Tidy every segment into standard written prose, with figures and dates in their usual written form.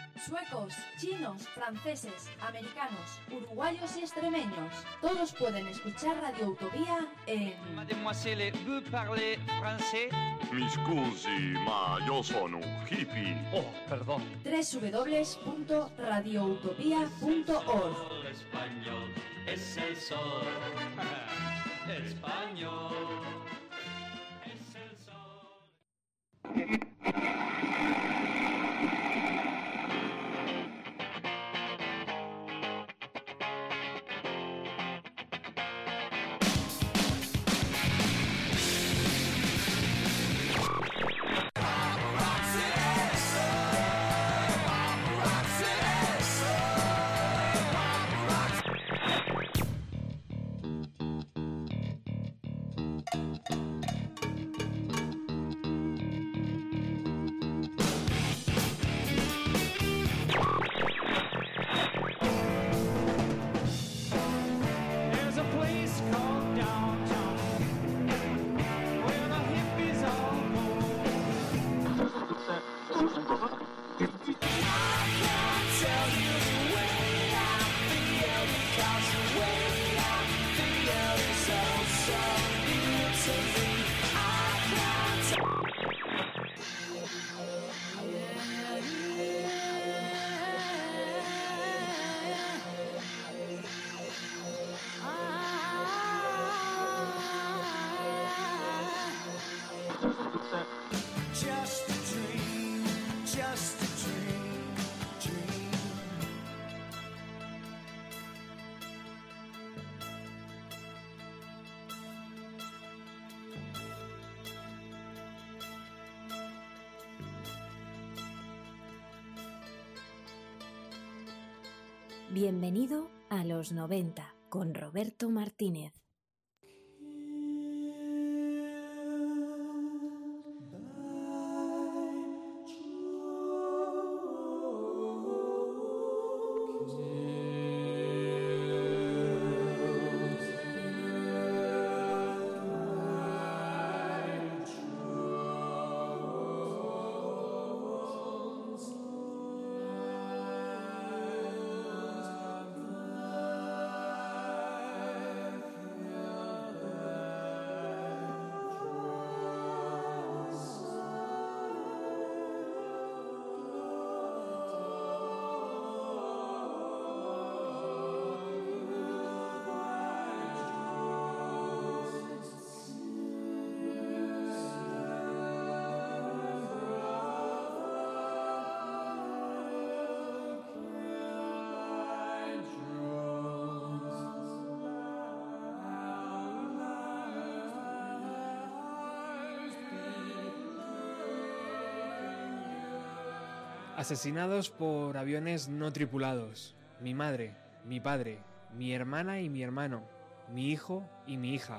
Suecos, chinos, franceses, americanos, uruguayos y extremeños. Todos pueden escuchar Radio Utopía en... Mademoiselle, vous parlez français? Mi scusi, ma io sono un hippie. Oh, perdón. www.radioutopia.org. Español es el sol. Español es el sol. Bienvenido a los 90 con Roberto Martínez. Asesinados por aviones no tripulados. Mi madre, mi padre, mi hermana y mi hermano, mi hijo y mi hija.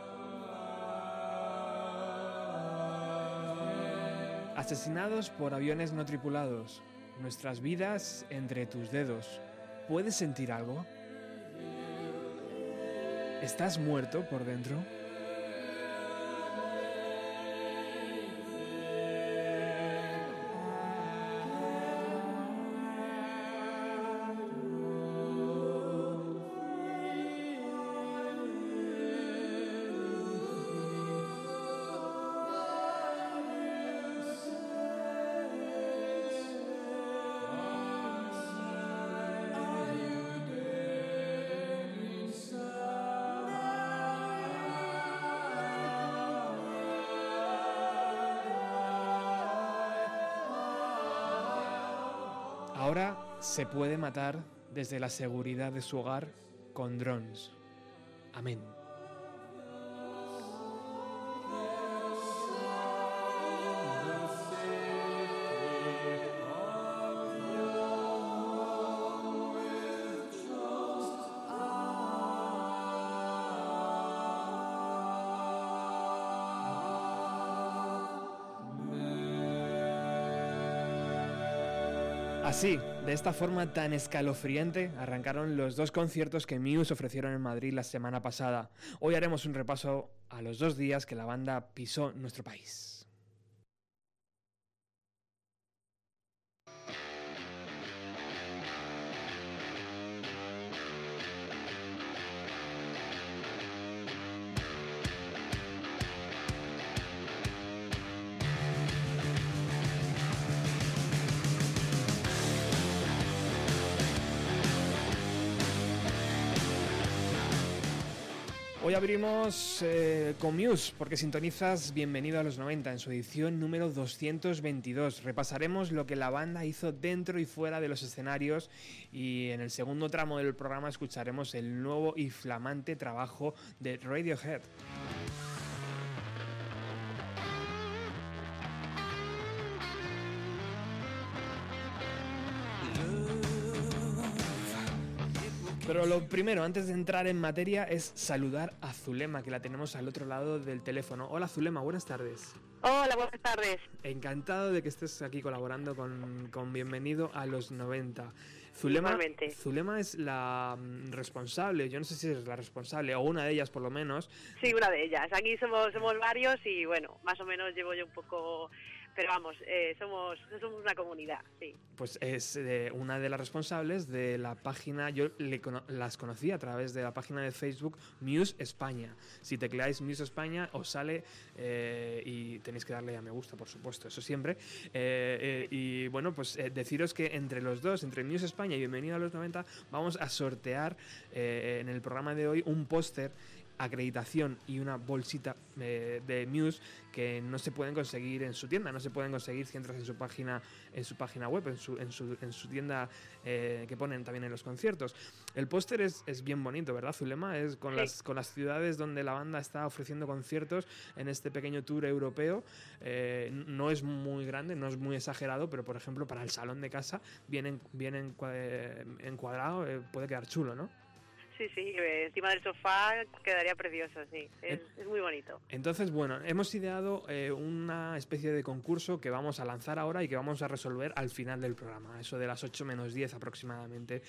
Asesinados por aviones no tripulados. Nuestras vidas entre tus dedos. ¿Puedes sentir algo? ¿Estás muerto por dentro? Ahora se puede matar desde la seguridad de su hogar con drones. Amén. Así, de esta forma tan escalofriante, arrancaron los dos conciertos que Muse ofrecieron en Madrid la semana pasada. Hoy haremos un repaso a los 2 días que la banda pisó nuestro país. Hoy abrimos con Muse, porque sintonizas Bienvenido a los 90 en su edición número 222. Repasaremos lo que la banda hizo dentro y fuera de los escenarios y en el segundo tramo del programa escucharemos el nuevo y flamante trabajo de Radiohead. Pero lo primero, antes de entrar en materia, es saludar a Zulema, que la tenemos al otro lado del teléfono. Hola Zulema, buenas tardes. Hola, buenas tardes. Encantado de que estés aquí colaborando con Bienvenido a los 90. Zulema es la responsable, yo no sé si es la responsable, o una de ellas por lo menos. Sí, una de ellas. Aquí somos varios y bueno, más o menos llevo yo un poco... Pero vamos, somos una comunidad, sí. Pues es una de las responsables de la página, las conocí a través de la página de Facebook Muse España. Si tecleáis Muse España os sale y tenéis que darle a me gusta, por supuesto, eso siempre. Y bueno, pues deciros que entre los dos, entre Muse España y Bienvenido a los 90, vamos a sortear en el programa de hoy un póster, acreditación y una bolsita de Muse que no se pueden conseguir en su tienda, no se pueden conseguir si entras en su página web, en su tienda que ponen también en los conciertos. El póster es bien bonito, ¿verdad, Zulema? Es con las ciudades donde la banda está ofreciendo conciertos en este pequeño tour europeo. No es muy grande, no es muy exagerado, pero por ejemplo para el salón de casa bien encuadrado, puede quedar chulo, ¿no? Sí, encima del sofá quedaría precioso, sí, es muy bonito. Entonces, bueno, hemos ideado una especie de concurso que vamos a lanzar ahora y que vamos a resolver al final del programa, eso de las 8 menos 10 aproximadamente.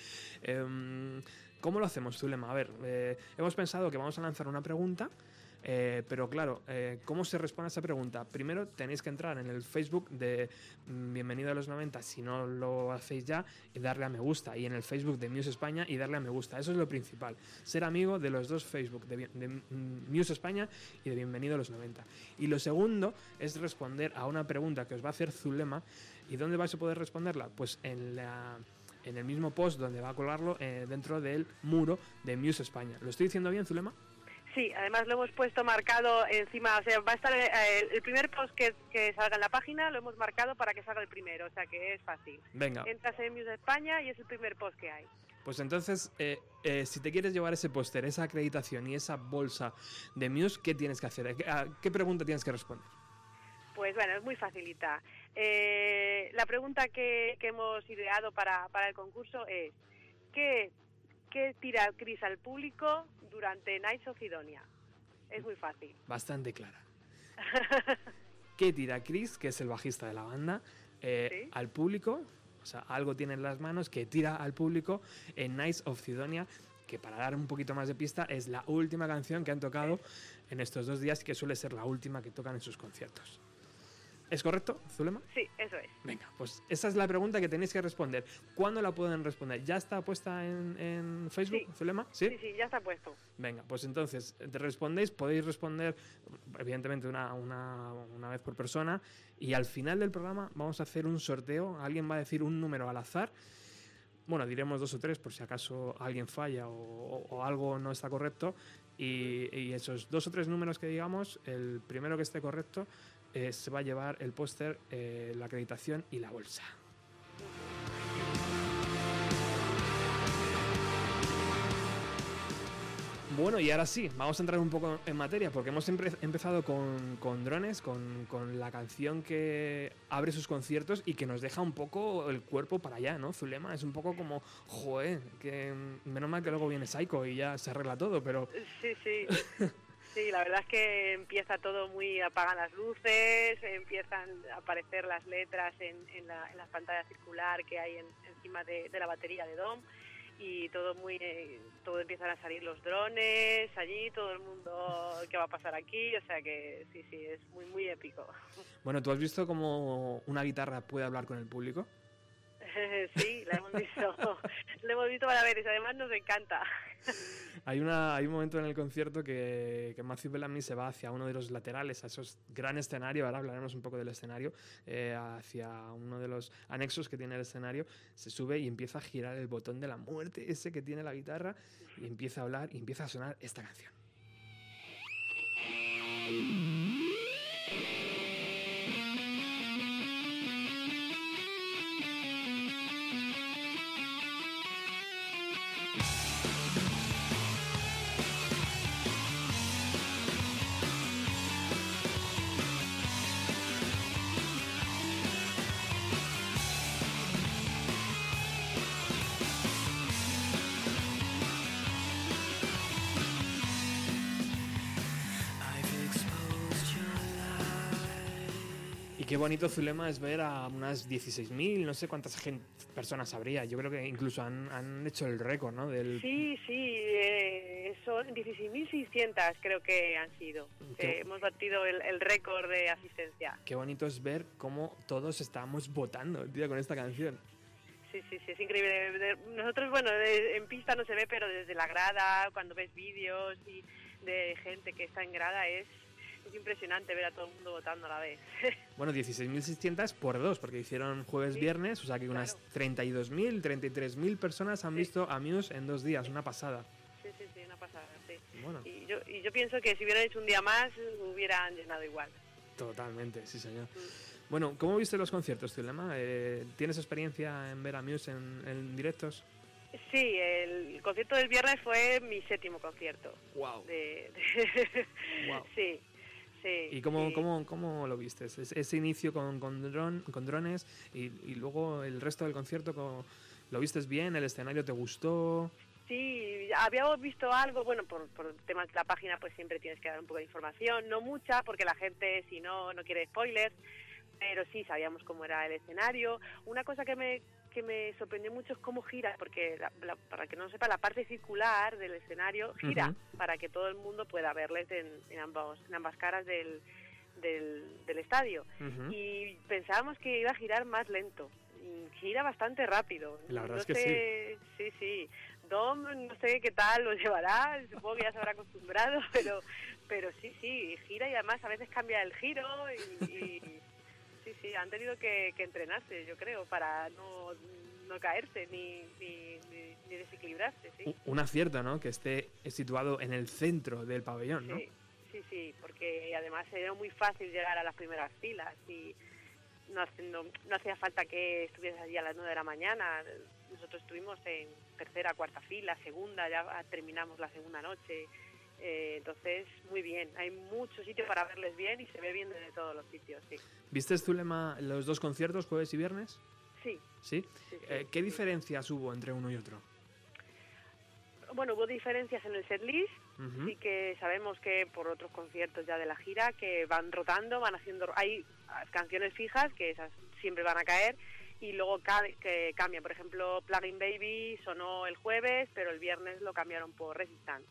¿Cómo lo hacemos, Zulema? A ver, hemos pensado que vamos a lanzar una pregunta. Pero claro, ¿cómo se responde a esa pregunta? Primero tenéis que entrar en el Facebook de Bienvenido a los 90, si no lo hacéis ya, y darle a me gusta, y en el Facebook de Muse España y darle a me gusta. Eso es lo principal, ser amigo de los dos Facebook, de Muse España y de Bienvenido a los 90. Y lo segundo es responder a una pregunta que os va a hacer Zulema. ¿Y dónde vais a poder responderla? Pues en el mismo post donde va a colgarlo dentro del muro de Muse España. ¿Lo estoy diciendo bien, Zulema? Sí, además lo hemos puesto marcado encima, o sea, va a estar el primer post que salga en la página, lo hemos marcado para que salga el primero, o sea que es fácil. Venga. Entras en Muse España y es el primer post que hay. Pues entonces, si te quieres llevar ese póster, esa acreditación y esa bolsa de Muse, ¿qué tienes que hacer? ¿Qué pregunta tienes que responder? Pues bueno, es muy facilita. La pregunta que hemos ideado para el concurso es ¿qué tira Chris al público durante Nights of Sidonia? Es muy fácil. Bastante clara. ¿Qué tira Chris, que es el bajista de la banda, ¿sí? al público? O sea, algo tiene en las manos que tira al público en Nights of Sidonia, que para dar un poquito más de pista es la última canción que han tocado en estos 2 días y que suele ser la última que tocan en sus conciertos. ¿Es correcto, Zulema? Sí, eso es. Venga, pues esa es la pregunta que tenéis que responder. ¿Cuándo la pueden responder? ¿Ya está puesta en Facebook, sí. Zulema? ¿Sí? Sí, ya está puesto. Venga, pues entonces, te respondéis, podéis responder, evidentemente, una vez por persona, y al final del programa vamos a hacer un sorteo. Alguien va a decir un número al azar. Bueno, diremos 2 o 3 por si acaso alguien falla o algo no está correcto. Y esos 2 o 3 números que digamos, el primero que esté correcto se va a llevar el póster, la acreditación y la bolsa. Bueno, y ahora sí, vamos a entrar un poco en materia, porque hemos empezado con Drones, con la canción que abre sus conciertos y que nos deja un poco el cuerpo para allá, ¿no, Zulema? Es un poco como, joder, que menos mal que luego viene Psycho y ya se arregla todo, pero... Sí. Sí, la verdad es que empieza todo muy... apagan las luces, empiezan a aparecer las letras en la pantalla circular que hay encima de la batería de Dom, y todo empiezan a salir los drones allí, todo el mundo, ¿qué va a pasar aquí? O sea que sí, es muy, muy épico. Bueno, ¿tú has visto cómo una guitarra puede hablar con el público? Sí, la hemos visto. Lo hemos visto varias veces, además nos encanta. Hay un momento en el concierto que Matthew Bellamy se va hacia uno de los laterales, a esos gran escenario, ahora hablaremos un poco del escenario, hacia uno de los anexos que tiene el escenario, se sube y empieza a girar el botón de la muerte ese que tiene la guitarra y empieza a hablar y empieza a sonar esta canción. Y qué bonito, Zulema, es ver a unas 16.000, no sé cuántas personas habría. Yo creo que incluso han hecho el récord, ¿no? Sí, son 16.600 creo que han sido. Hemos batido el récord de asistencia. Qué bonito es ver cómo todos estamos votando, tío, con esta canción. Sí, es increíble. Nosotros, bueno, en pista no se ve, pero desde la grada, cuando ves vídeos y de gente que está en grada, es impresionante ver a todo el mundo votando a la vez. Bueno, 16.600 por 2, porque hicieron jueves-viernes, o sea que unas 32.000, 33.000 personas han visto a Muse en 2 días, una pasada. Sí, una pasada, sí. Bueno. Y yo pienso que si hubieran hecho un día más, hubieran llenado igual. Totalmente, sí señor. Bueno, ¿cómo viste los conciertos, Zulema? ¿Tienes experiencia en ver a Muse en directos? Sí, el concierto del viernes fue mi 7º concierto. Wow. Wow. Sí. ¿Y cómo lo viste? Ese inicio con drones y luego el resto del concierto, ¿lo vistes bien? ¿El escenario te gustó? Sí, habíamos visto algo, bueno, por temas de la página pues siempre tienes que dar un poco de información, no mucha, porque la gente si no quiere spoilers, pero sí sabíamos cómo era el escenario. Una cosa que me sorprendió mucho es cómo gira, porque para que no sepa, la parte circular del escenario gira para que todo el mundo pueda verles en ambas caras del estadio. Y pensábamos que iba a girar más lento. Gira bastante rápido. La verdad es que sí. Sí. Dom, no sé qué tal lo llevará, supongo que ya se habrá acostumbrado, pero sí, gira y además a veces cambia el giro y sí, han tenido que entrenarse, yo creo, para no caerse ni desequilibrarse, sí. Un acierto, ¿no? Que esté situado en el centro del pabellón, ¿no? Sí, porque además era muy fácil llegar a las primeras filas y no hacía falta que estuvieras allí a las 9 de la mañana. Nosotros estuvimos en tercera, cuarta fila, segunda, ya terminamos la segunda noche. Entonces, muy bien. Hay mucho sitio para verles bien y se ve bien desde todos los sitios, sí. ¿Viste, Zulema, los 2 conciertos, jueves y viernes? Sí. ¿Sí? ¿Qué diferencias hubo entre uno y otro? Bueno, hubo diferencias en el setlist. Sí que sabemos que por otros conciertos ya de la gira que van rotando, van haciendo... Hay canciones fijas que esas siempre van a caer y luego que cambian. Por ejemplo, Plug-in Baby sonó el jueves, pero el viernes lo cambiaron por Resistance.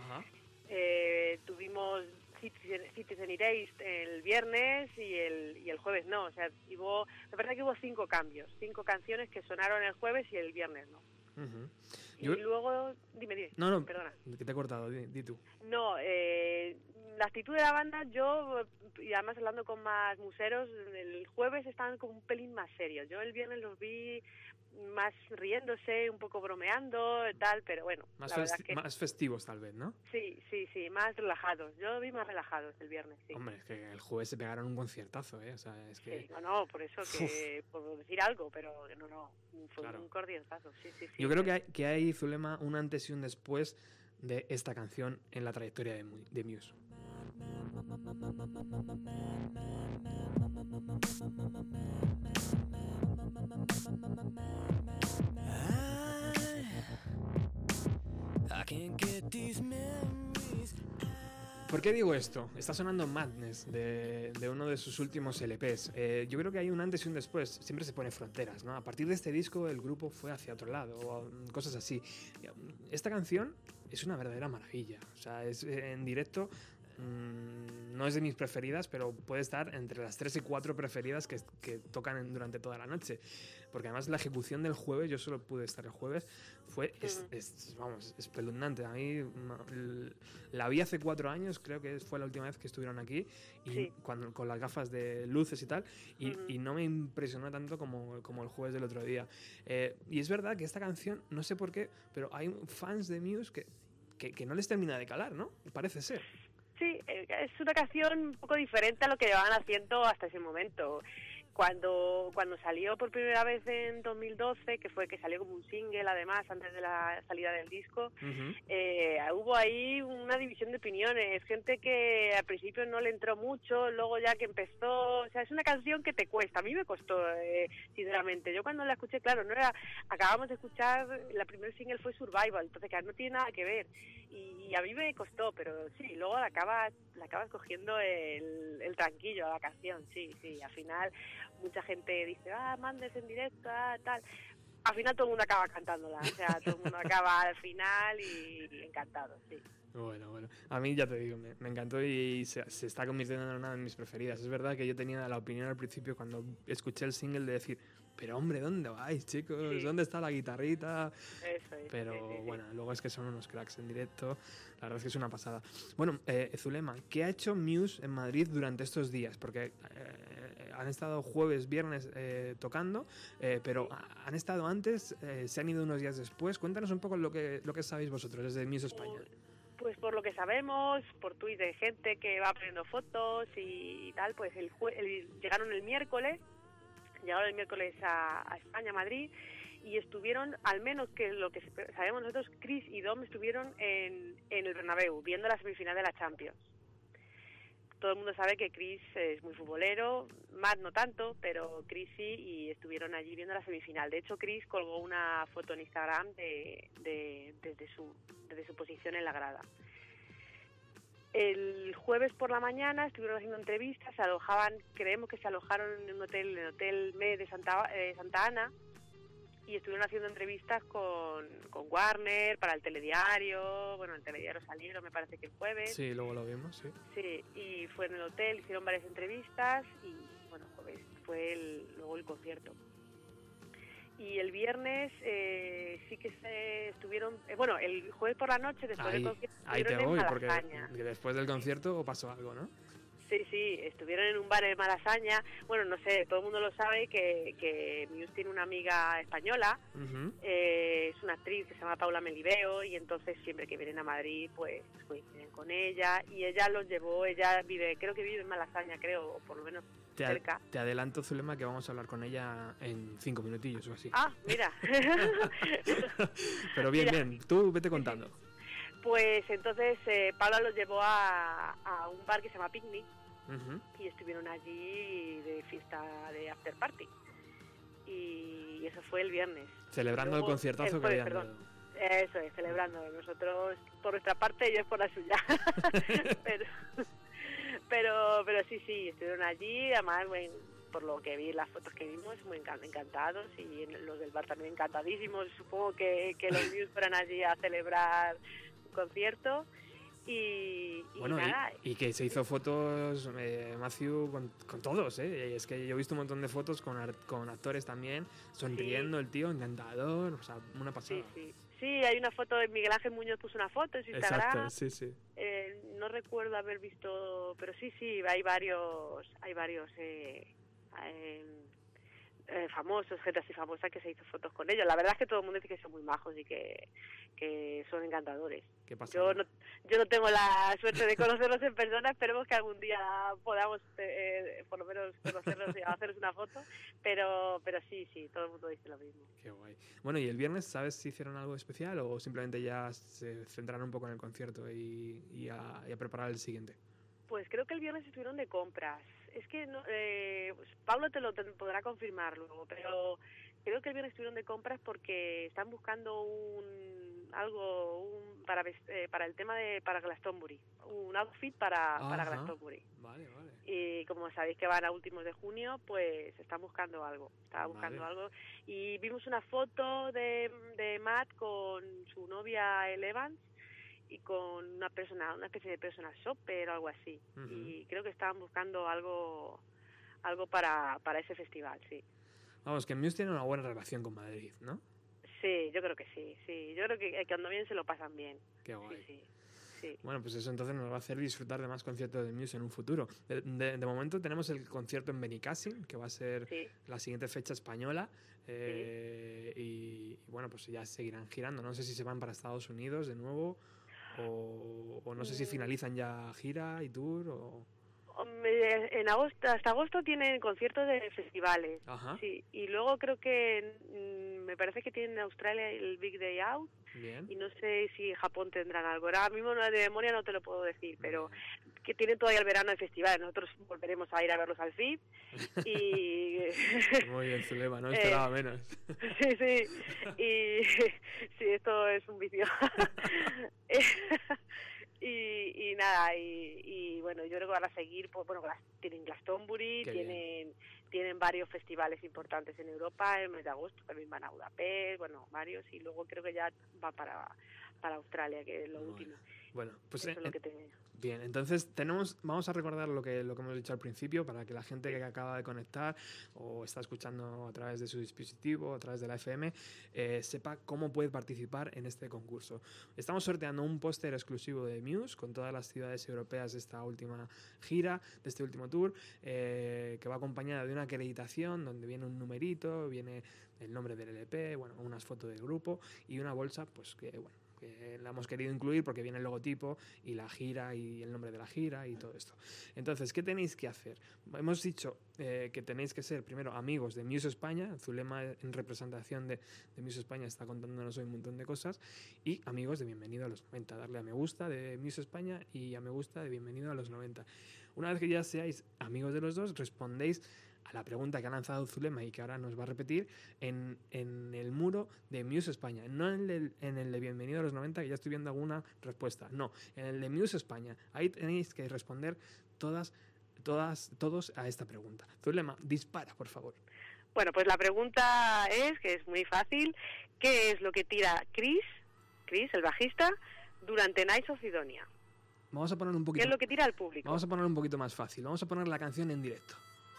Tuvimos Citizen Erased el viernes y el jueves no. O sea, me parece que hubo 5 cambios, 5 canciones que sonaron el jueves y el viernes no. Y luego... Dime. No, perdona. Que te he cortado, di tú. No, la actitud de la banda, yo, y además hablando con más museros, el jueves estaban como un pelín más serios. Yo el viernes los vi más riéndose, un poco bromeando, tal, pero bueno. Más festivos, tal vez, ¿no? Sí, más relajados. Yo vi más relajados el viernes, sí. Hombre, es que el jueves se pegaron un conciertazo, ¿eh? O sea, es que... Sí, por eso que, por decir algo, pero fue un cordialazo, sí. Yo creo que hay, Zulema, un antes y un después de esta canción en la trayectoria de Muse. ¿Por qué digo esto? Está sonando Madness de uno de sus últimos LPs. Yo creo que hay un antes y un después. Siempre se pone fronteras, ¿no? A partir de este disco el grupo fue hacia otro lado, o cosas así. Esta canción es una verdadera maravilla. O sea, en directo no es de mis preferidas, pero puede estar entre las 3 y 4 preferidas que tocan durante toda la noche. Porque además la ejecución del jueves, yo solo pude estar el jueves, fue espeluznante. A mí la vi hace 4 años, creo que fue la última vez que estuvieron aquí, y con las gafas de luces y tal, y no me impresionó tanto como el jueves del otro día. Y es verdad que esta canción, no sé por qué, pero hay fans de Muse que no les termina de calar, ¿no? Parece ser. Sí, es una canción un poco diferente a lo que llevaban haciendo hasta ese momento. Cuando salió por primera vez en 2012, que salió como un single además antes de la salida del disco, hubo ahí una división de opiniones, gente que al principio no le entró mucho, luego ya que empezó, o sea, es una canción que te cuesta, a mí me costó sinceramente. Yo cuando la escuché, claro, acabamos de escuchar, la primer single fue Survival, entonces que no tiene nada que ver, y a mí me costó, pero sí, luego le acabas cogiendo el tranquillo a la canción, sí, al final mucha gente dice, mandes en directo, tal. Al final todo el mundo acaba cantándola, o sea, todo el mundo acaba al final y encantado, sí. Bueno, a mí ya te digo, me encantó y se está convirtiendo en una de mis preferidas. Es verdad que yo tenía la opinión al principio cuando escuché el single de decir, pero hombre, ¿dónde vais, chicos? Sí. ¿Dónde está la guitarrita? Eso es, Pero sí. bueno, luego es que son unos cracks en directo, la verdad es que es una pasada. Bueno, Zulema, ¿qué ha hecho Muse en Madrid durante estos días? Porque han estado jueves, viernes tocando, pero han estado antes, se han ido unos días después. Cuéntanos un poco lo que sabéis vosotros desde Muse España. Pues por lo que sabemos, por tuits de gente que va poniendo fotos y tal, pues llegaron el miércoles a España, a Madrid, y estuvieron, al menos que lo que sabemos nosotros, Chris y Dom estuvieron en el Bernabéu, viendo la semifinal de la Champions. Todo el mundo sabe que Chris es muy futbolero, Matt no tanto, pero Chris sí, y estuvieron allí viendo la semifinal. De hecho, Chris colgó una foto en Instagram desde su posición en la grada. El jueves por la mañana estuvieron haciendo entrevistas, creemos que se alojaron en el Hotel Me de Santa Ana, y estuvieron haciendo entrevistas con Warner para el telediario. Bueno, el telediario salieron, me parece que el jueves. Sí, luego lo vimos, sí. Sí, y fue en el hotel, hicieron varias entrevistas y bueno, jueves fue luego el concierto. Y el viernes sí que estuvieron, bueno, el jueves por la noche después del concierto ahí te estuvieron voy, en porque Malasaña. después del concierto pasó algo, ¿no? Sí, estuvieron en un bar en Malasaña. Bueno, no sé, todo el mundo lo sabe que Muse tiene una amiga española, es una actriz que se llama Paula Melibeo, y entonces siempre que vienen a Madrid pues coinciden con ella, y ella los llevó, creo que vive en Malasaña, o por lo menos cerca. Te adelanto, Zulema, que vamos a hablar con ella en 5 minutillos o así. Ah, mira. Pero bien, tú vete contando. Pues entonces Paula los llevó a un bar que se llama Picnic, y estuvieron allí de fiesta, de after party, y eso fue el viernes. Celebrando el conciertazo que habían dado. Eso es, celebrando. Nosotros por nuestra parte, ellos por la suya. pero sí, estuvieron allí, además, por lo que vi, las fotos que vimos, muy encantados, y los del bar también encantadísimos. Supongo que los Muse fueran allí a celebrar un concierto. Y bueno, nada. y que se hizo fotos, Matthew, con todos, ¿eh? Es que yo he visto un montón de fotos con actores también, sonriendo, el tío, encantador, o sea, una pasada. Sí, hay una foto de Miguel Ángel Muñoz, puso una foto en su Instagram. Exacto, sí. No recuerdo haber visto, pero sí, hay varios famosos, gente así famosa que se hizo fotos con ellos. La verdad es que todo el mundo dice que son muy majos y que son encantadores. ¿Qué pasa? Yo no tengo la suerte de conocerlos en persona, esperemos que algún día podamos por lo menos conocerlos y hacerles una foto, pero sí, todo el mundo dice lo mismo. Qué guay. Bueno, ¿y el viernes sabes si hicieron algo especial o simplemente ya se centraron un poco en el concierto y a preparar el siguiente? Pues creo que el viernes estuvieron de compras. Es que no, pues Pablo te podrá confirmar luego, pero creo que el viernes estuvieron de compras porque están buscando algo para el tema para Glastonbury, un outfit para Glastonbury. Vale. Y como sabéis que van a últimos de junio, pues están buscando algo. Estaba buscando algo. Y vimos una foto de Matt con su novia Elle Evans y con una especie de personal shopper o algo así. Y creo que estaban buscando algo para ese festival, sí. Vamos, que Muse tiene una buena relación con Madrid, ¿no? Sí, yo creo que sí. Yo creo que cuando vienen se lo pasan bien. Qué guay. Sí. Bueno, pues eso entonces nos va a hacer disfrutar de más conciertos de Muse en un futuro. De momento tenemos el concierto en Benicàssim, que va a ser la siguiente fecha española. Y bueno, pues ya seguirán girando. No sé si se van para Estados Unidos de nuevo o no sé si finalizan ya gira y tour o... En agosto, hasta agosto tienen conciertos de festivales, Ajá. sí, y luego creo que me parece que tienen en Australia el Big Day Out, Bien. y no sé si Japón tendrán algo. Ahora mismo de memoria no te lo puedo decir, pero que tienen todavía el verano de festivales. Nosotros volveremos a ir a verlos al FIP y... Muy bien, Zulema, no esperaba menos. Sí, y sí, esto es un vicio. Y nada, y bueno, yo creo que van a seguir, pues, bueno, tienen Glastonbury, tienen varios festivales importantes en Europa, en el mes de agosto también van a Budapest, bueno, varios, y luego creo que ya va para Australia, que es lo último. Bueno, pues eso es lo que tengo. Bien, entonces vamos a recordar lo que hemos dicho al principio para que la gente que acaba de conectar o está escuchando a través de su dispositivo, a través de la FM, sepa cómo puede participar en este concurso. Estamos sorteando un póster exclusivo de Muse con todas las ciudades europeas de esta última gira, de este último tour, que va acompañada de una acreditación donde viene un numerito, viene el nombre del LP, bueno, unas fotos del grupo y una bolsa, pues que bueno, que la hemos querido incluir porque viene el logotipo y la gira y el nombre de la gira y todo esto. Entonces, ¿qué tenéis que hacer? Hemos dicho que tenéis que ser primero amigos de Muse España. Zulema, en representación de Muse España, está contándonos hoy un montón de cosas, y amigos de Bienvenido a los 90. Darle a me gusta de Muse España y a me gusta de Bienvenido a los 90. Una vez que ya seáis amigos de los dos, respondéis a la pregunta que ha lanzado Zulema y que ahora nos va a repetir en el muro de Muse España, no en el de Bienvenido a los 90, que ya estoy viendo alguna respuesta, no, en el de Muse España. Ahí tenéis que responder todos a esta pregunta. Zulema, dispara, por favor. Bueno, pues la pregunta que es muy fácil, ¿qué es lo que tira Chris, el bajista, durante Nights of Sidonia? Vamos a poner un poquito, ¿Qué es lo que tira el público? Vamos a poner un poquito más fácil, vamos a poner la canción en directo.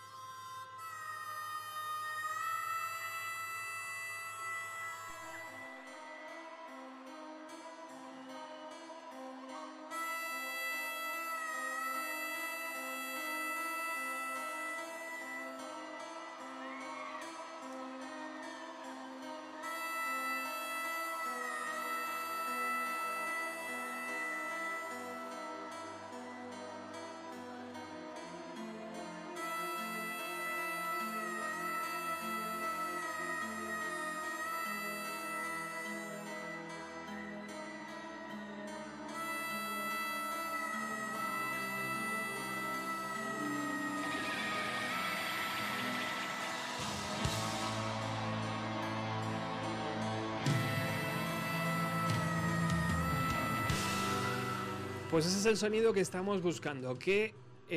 Pues ese es el sonido que estamos buscando, que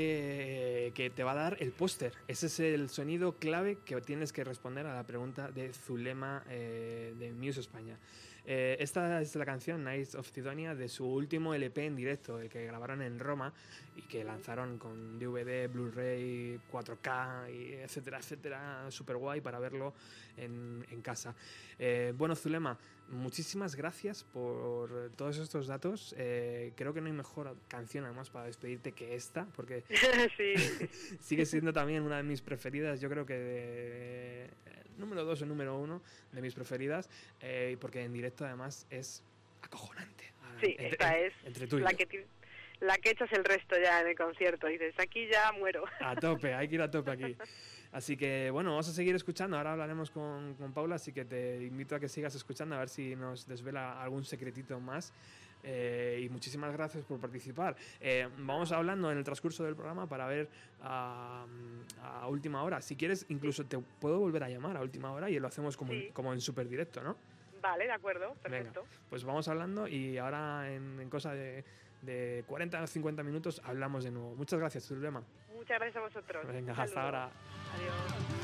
te va a dar el póster. Ese es el sonido clave que tienes que responder a la pregunta de Zulema de Muse España. Esta es la canción Nights of Sidonia de su último LP en directo, el que grabaron en Roma y que lanzaron con DVD, Blu-ray, 4K, y etcétera, etcétera, super guay para verlo en casa. Bueno, Zulema, muchísimas gracias por todos estos datos. Creo que no hay mejor canción además para despedirte que esta, porque sí. sigue siendo también una de mis preferidas. Yo creo que número 2 o número 1 de mis preferidas, porque en directo además es acojonante. Sí, esta es entre tú y la que echas el resto ya en el concierto. Dices, aquí ya muero. A tope, hay que ir a tope aquí. Así que bueno, vamos a seguir escuchando. Ahora hablaremos con Paula, así que te invito a que sigas escuchando a ver si nos desvela algún secretito más. Y muchísimas gracias por participar. Vamos hablando en el transcurso del programa para ver a última hora. Si quieres, incluso te puedo volver a llamar a última hora y lo hacemos como en súper directo, ¿no? Vale, de acuerdo, perfecto. Venga, pues vamos hablando y ahora en cosa de 40 o 50 minutos hablamos de nuevo. Muchas gracias, Zulema. Muchas gracias a vosotros. Venga, hasta ahora. Adiós.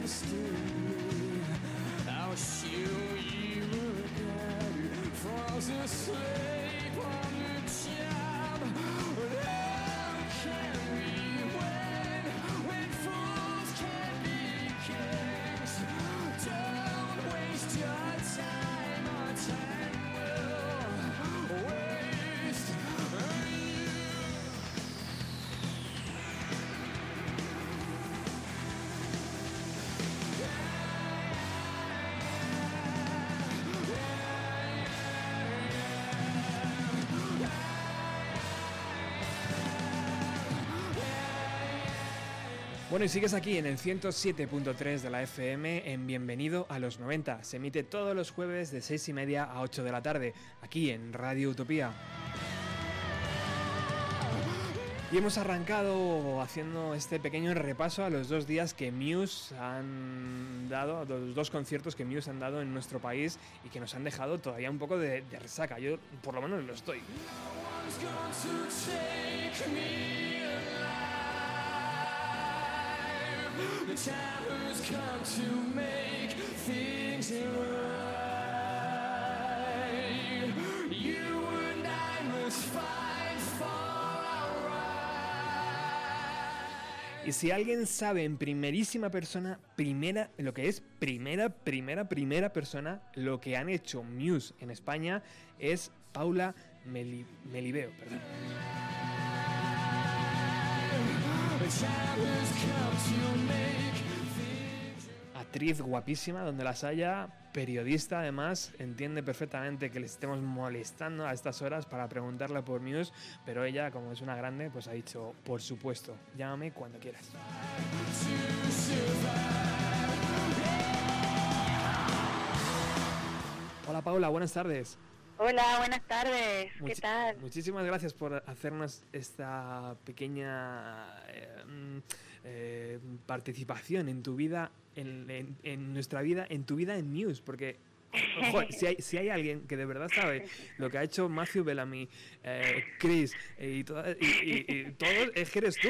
Bueno, y sigues aquí en el 107.3 de la FM en Bienvenido a los 90. Se emite todos los jueves de 6:30 a 8 de la tarde, aquí en Radio Utopía. Y hemos arrancado haciendo este pequeño repaso a los 2 días que Muse han dado, los 2 conciertos que Muse han dado en nuestro país y que nos han dejado todavía un poco de resaca. Yo por lo menos lo estoy. The time has come to make things right. You and I must fight for our right. Y si alguien sabe en primerísima persona, lo que es primera persona, lo que han hecho Muse en España es Paula Melibeo, perdón. Actriz guapísima, donde las haya, periodista además, entiende perfectamente que le estemos molestando a estas horas para preguntarle por Muse, pero ella, como es una grande, pues ha dicho, por supuesto, llámame cuando quieras. Hola Paula, buenas tardes. Hola, buenas tardes. ¿Qué tal? Muchísimas gracias por hacernos esta pequeña participación en tu vida, en nuestra vida, en tu vida en Muse, porque joder, si hay alguien que de verdad sabe lo que ha hecho Matthew Bellamy, Chris y todos, es que eres tú.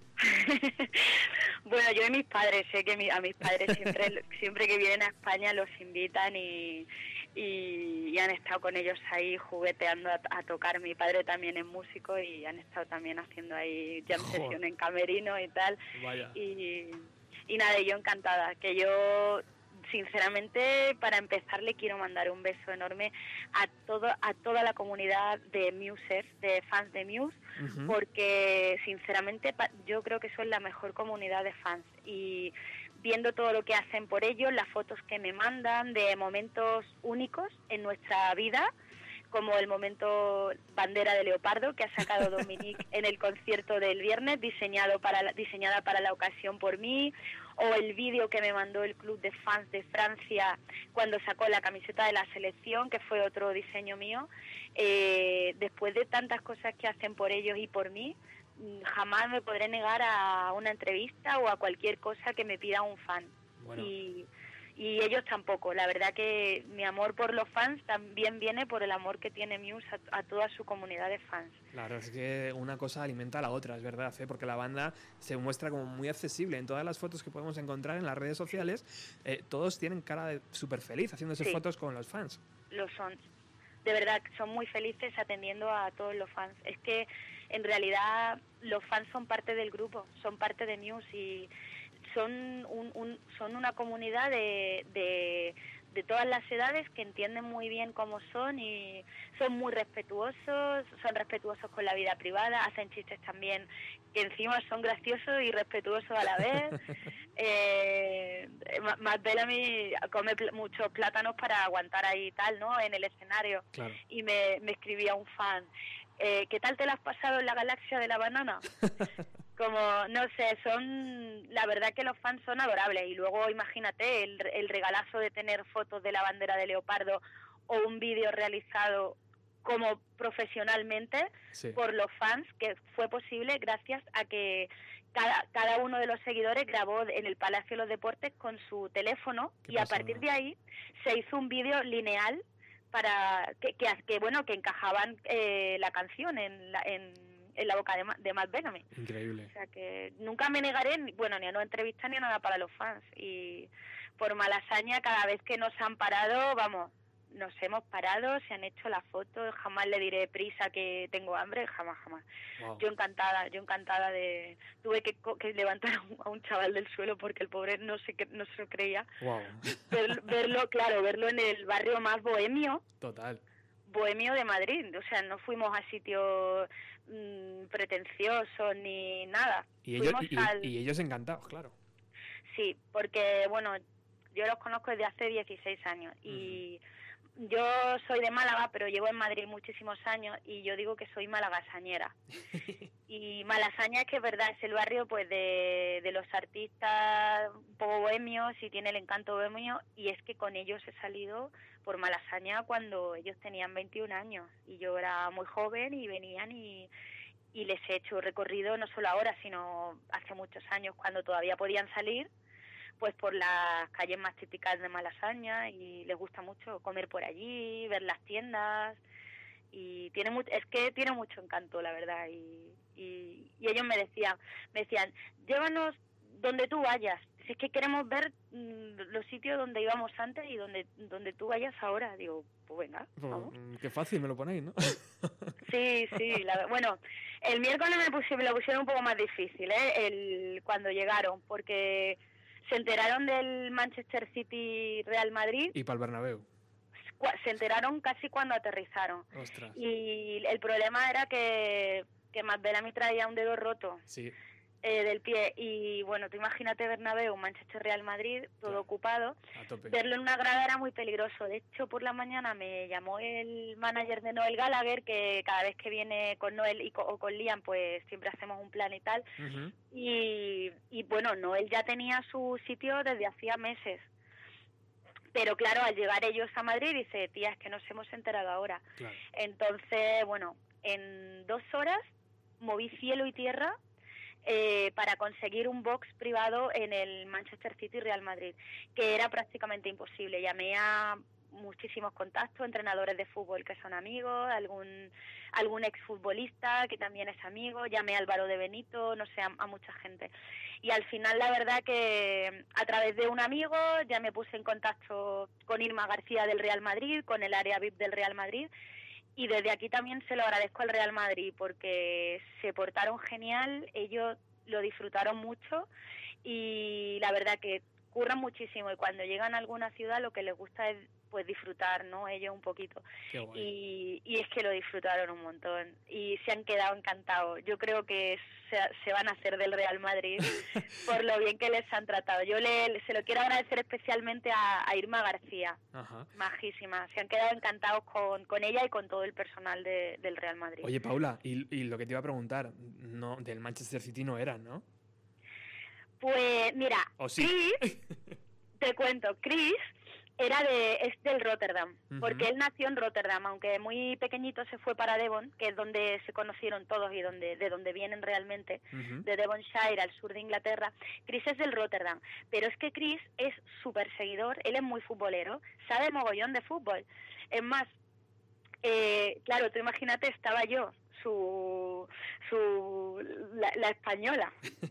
Bueno, yo y mis padres, sé que a mis padres siempre que vienen a España los invitan y han estado con ellos ahí jugueteando a tocar. Mi padre también es músico y han estado también haciendo ahí jam session en camerino y tal. Vaya. Y nada, yo encantada, que yo sinceramente para empezar le quiero mandar un beso enorme a toda la comunidad de Musers, de fans de Muse, uh-huh. Porque sinceramente yo creo que son la mejor comunidad de fans y viendo todo lo que hacen por ellos, las fotos que me mandan de momentos únicos en nuestra vida, como el momento Bandera de Leopardo que ha sacado Dominique en el concierto del viernes, diseñada para la ocasión por mí, o el vídeo que me mandó el Club de Fans de Francia cuando sacó la camiseta de la selección, que fue otro diseño mío. Después de tantas cosas que hacen por ellos y por mí, jamás me podré negar a una entrevista o a cualquier cosa que me pida un fan. Bueno. Y ellos tampoco. La verdad que mi amor por los fans también viene por el amor que tiene Muse a toda su comunidad de fans. Claro, es que una cosa alimenta a la otra, es verdad, ¿eh? Porque la banda se muestra como muy accesible. En todas las fotos que podemos encontrar en las redes sociales, todos tienen cara de súper feliz haciéndose fotos con los fans. Lo son. De verdad, son muy felices atendiendo a todos los fans. Es que en realidad los fans son parte del grupo, son parte de Muse y son una comunidad de todas las edades que entienden muy bien cómo son y son muy respetuosos, son respetuosos con la vida privada, hacen chistes también que encima son graciosos y respetuosos a la vez. Matt Bellamy come muchos plátanos para aguantar ahí y tal, ¿no? En el escenario. Claro. Y me escribía un fan, ¿qué tal te lo has pasado en la galaxia de la banana? Como, no sé, la verdad que los fans son adorables y luego imagínate el regalazo de tener fotos de la bandera de Leopardo o un vídeo realizado como profesionalmente por los fans, que fue posible gracias a que cada uno de los seguidores grabó en el Palacio de los Deportes con su teléfono y a partir de ahí se hizo un vídeo lineal para que encajaban la canción en en la boca de Matt Bellamy. Increíble. O sea que nunca me negaré, ni a no entrevistar ni a nada para los fans. Y por Malasaña, cada vez que nos han parado, vamos, nos hemos parado, se han hecho las fotos, jamás le diré prisa que tengo hambre, jamás. Wow. Yo encantada de... Tuve que levantar a un chaval del suelo porque el pobre no se lo creía. Wow. Verlo en el barrio más bohemio. Total. Bohemio de Madrid, o sea, no fuimos a sitios pretenciosos ni nada. Y ellos encantados, claro. Sí, porque, bueno, yo los conozco desde hace 16 años y yo soy de Málaga, pero llevo en Madrid muchísimos años y yo digo que soy malagasañera. Y Malasaña es que es verdad, es el barrio pues de los artistas un poco bohemios y tiene el encanto bohemio, y es que con ellos he salido por Malasaña cuando ellos tenían 21 años y yo era muy joven y venían y les he hecho recorrido no solo ahora, sino hace muchos años cuando todavía podían salir, pues por las calles más típicas de Malasaña, y les gusta mucho comer por allí, ver las tiendas, y tiene mucho encanto, la verdad, y ellos me decían, llévanos donde tú vayas, si es que queremos ver los sitios donde íbamos antes y donde tú vayas ahora. Digo, pues venga, vamos. Qué fácil me lo ponéis, ¿no? Sí, bueno, el miércoles me lo pusieron un poco más difícil, cuando llegaron, porque se enteraron del Manchester City Real Madrid. Y para el Bernabéu. Se enteraron casi cuando aterrizaron. Ostras. Y el problema era que Matt Bellamy traía un dedo roto. Sí. Del pie, y bueno, tú imagínate Bernabéu, Manchester Real Madrid, todo claro, ocupado. A tope. Verlo en una grada era muy peligroso. De hecho, por la mañana me llamó el manager de Noel Gallagher, que cada vez que viene con Noel o con Liam, pues siempre hacemos un plan y tal. Uh-huh. Y bueno, Noel ya tenía su sitio desde hacía meses. Pero claro, al llegar ellos a Madrid, dice, tía, es que nos hemos enterado ahora. Claro. Entonces, bueno, en 2 horas moví cielo y tierra para conseguir un box privado en el Manchester City Real Madrid, que era prácticamente imposible. Llamé a muchísimos contactos, entrenadores de fútbol que son amigos, algún exfutbolista que también es amigo, llamé a Álvaro de Benito, no sé, a mucha gente. Y al final, la verdad que a través de un amigo ya me puse en contacto con Irma García del Real Madrid, con el área VIP del Real Madrid, y desde aquí también se lo agradezco al Real Madrid porque se portaron genial, ellos lo disfrutaron mucho y la verdad que curran muchísimo, y cuando llegan a alguna ciudad lo que les gusta es pues disfrutar, ¿no? Ellos un poquito. Qué guay. Y es que lo disfrutaron un montón y se han quedado encantados. Yo creo que se van a hacer del Real Madrid por lo bien que les han tratado. Yo se lo quiero agradecer especialmente a Irma García. Ajá. Majísima. Se han quedado encantados con ella y con todo el personal del Real Madrid. Oye, Paula, y lo que te iba a preguntar, no, del Manchester City no eran, ¿no? Pues mira, ¿O sí? Chris, te cuento, Chris es del Rotterdam, porque él nació en Rotterdam, aunque muy pequeñito se fue para Devon, que es donde se conocieron todos y de donde vienen realmente, de Devonshire, al sur de Inglaterra. Chris es del Rotterdam, pero es que Chris es súper seguidor, él es muy futbolero, sabe mogollón de fútbol. Es más, claro, tú imagínate, estaba yo, la española,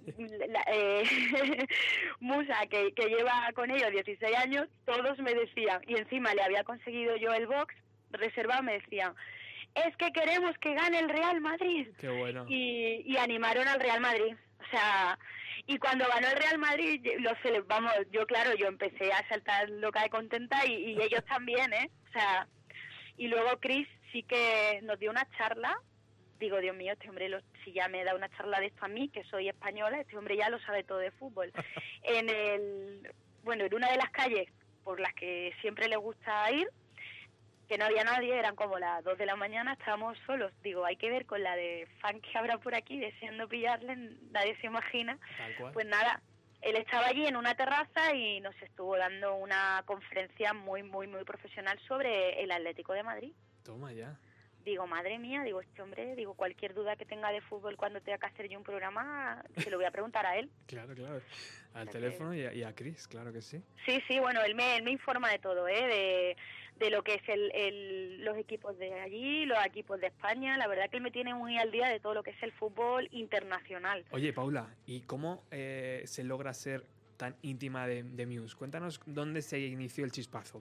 Musa, que lleva con ellos 16 años, todos me decían, y encima le había conseguido yo el box reservado, me decían, es que queremos que gane el Real Madrid. Qué bueno. Y animaron al Real Madrid, o sea, y cuando ganó el Real Madrid, yo empecé a saltar loca de contenta y ellos también, o sea, y luego Chris sí que nos dio una charla. Digo, Dios mío, este hombre, si ya me da una charla de esto a mí, que soy española, este hombre ya lo sabe todo de fútbol. En una de las calles por las que siempre le gusta ir, que no había nadie, eran como las 2 de la mañana, estábamos solos. Digo, hay que ver con la de fan que habrá por aquí, deseando pillarle, nadie se imagina. Tal cual. Pues nada, él estaba allí en una terraza y nos estuvo dando una conferencia muy, muy, muy profesional sobre el Atlético de Madrid. Toma ya. digo, madre mía, digo, este hombre, digo, cualquier duda que tenga de fútbol cuando tenga que hacer yo un programa, se lo voy a preguntar a él. Claro. Al teléfono y a Chris, claro que sí. Sí, bueno, él me informa de todo, de lo que es los equipos de allí, los equipos de España. La verdad que él me tiene muy al día de todo lo que es el fútbol internacional. Oye, Paula, ¿y cómo se logra ser tan íntima de Muse? Cuéntanos dónde se inició el chispazo.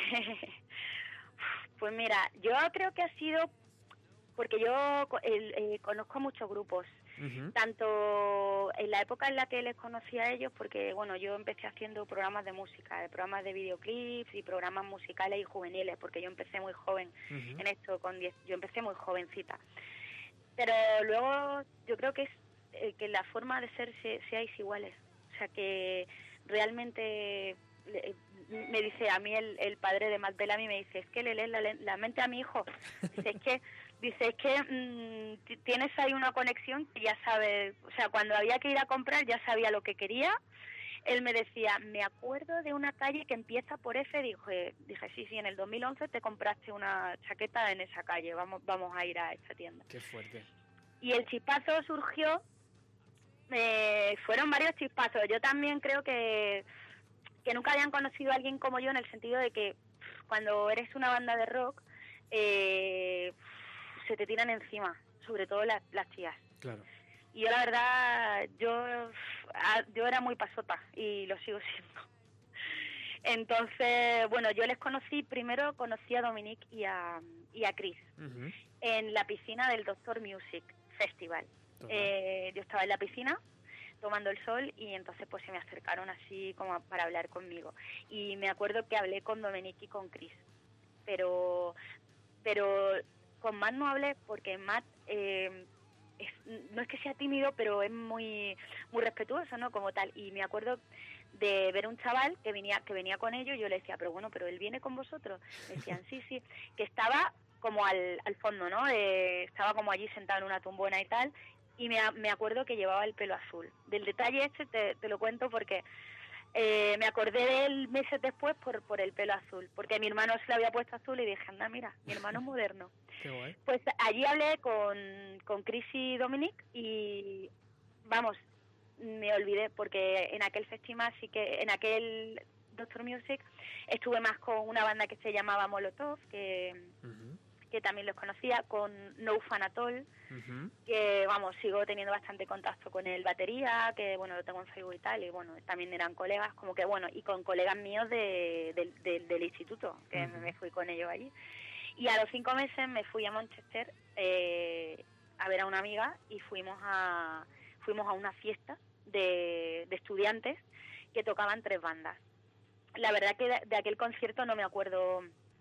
Pues mira, yo creo que ha sido porque yo conozco muchos grupos. Uh-huh. Tanto en la época en la que les conocí a ellos, porque bueno, yo empecé haciendo programas de música, programas de videoclips y programas musicales y juveniles, porque yo empecé muy joven Uh-huh. en esto, yo empecé muy jovencita. Pero luego yo creo que es que la forma de ser seáis iguales, o sea que realmente me dice a mí el padre de Matt Bellamy, me dice, es que le lees la mente a mi hijo, dice, es que tienes ahí una conexión que ya sabes, o sea, cuando había que ir a comprar ya sabía lo que quería. Él me decía, me acuerdo de una calle que empieza por F, dije, sí, en el 2011 te compraste una chaqueta en esa calle, vamos a ir a esa tienda. Qué fuerte. Y el chispazo surgió, fueron varios chispazos, yo también creo que nunca habían conocido a alguien como yo, en el sentido de que cuando eres una banda de rock, se te tiran encima, sobre todo las tías. Claro. Y yo la verdad, yo era muy pasota y lo sigo siendo. Entonces, bueno, yo les conocí a Dominic y a Chris Uh-huh. en la piscina del Doctor Music Festival. Yo estaba en la piscina tomando el sol y entonces pues se me acercaron así como para hablar conmigo. Y me acuerdo que hablé con Dominic y con Chris, pero con Matt no hablé porque Matt no es que sea tímido, pero es muy respetuoso, ¿no? Como tal. Y me acuerdo de ver un chaval que venía con ellos y yo le decía, pero él viene con vosotros. Me decían, sí, que estaba como al fondo, ¿no? Estaba como allí sentado en una tumbona y tal. Y me acuerdo que llevaba el pelo azul. Del detalle este te lo cuento porque me acordé de él meses después por el pelo azul, porque mi hermano se lo había puesto azul y dije, anda, mira, mi hermano es moderno. Qué guay. Pues allí hablé con Chris y Dominic y, vamos, me olvidé, porque en aquel festival en aquel Doctor Music estuve más con una banda que se llamaba Molotov, Uh-huh. que también los conocía, con No Fun At All, Uh-huh. que vamos, sigo teniendo bastante contacto con el batería, que bueno, lo tengo en Facebook y tal, y bueno, también eran colegas, como que bueno, y con colegas míos del instituto, que Uh-huh. me fui con ellos allí. Y a los 5 meses me fui a Manchester a ver a una amiga y fuimos a una fiesta de estudiantes que tocaban 3 bandas. La verdad que de aquel concierto no me acuerdo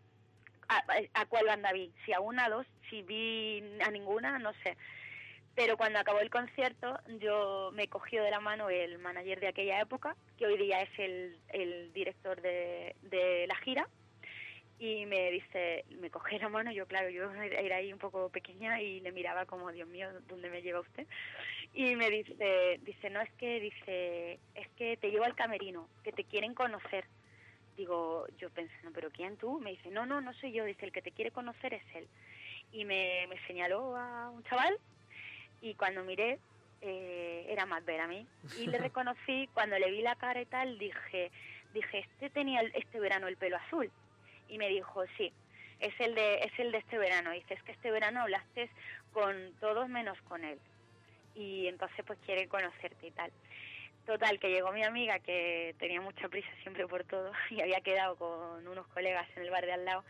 a cuál banda vi, si a una, a dos, si vi a ninguna, no sé. Pero cuando acabó el concierto, yo me cogió de la mano el manager de aquella época, que hoy día es el director de la gira, y me dice, me cogió la mano, yo era ahí un poco pequeña y le miraba como, Dios mío, ¿dónde me lleva usted? Y me dice, no, es que te llevo al camerino, que te quieren conocer. Digo, yo pensé, no, ¿pero quién tú? Me dice, no soy yo, dice, el que te quiere conocer es él. Y me señaló a un chaval y cuando miré, era Matt Bellamy. Y le reconocí, cuando le vi la cara y tal, dije, este tenía este verano el pelo azul. Y me dijo, sí, es el de este verano. Dice, es que este verano hablaste con todos menos con él. Y entonces pues quiere conocerte y tal. Total, que llegó mi amiga, que tenía mucha prisa siempre por todo, y había quedado con unos colegas en el bar de al lado,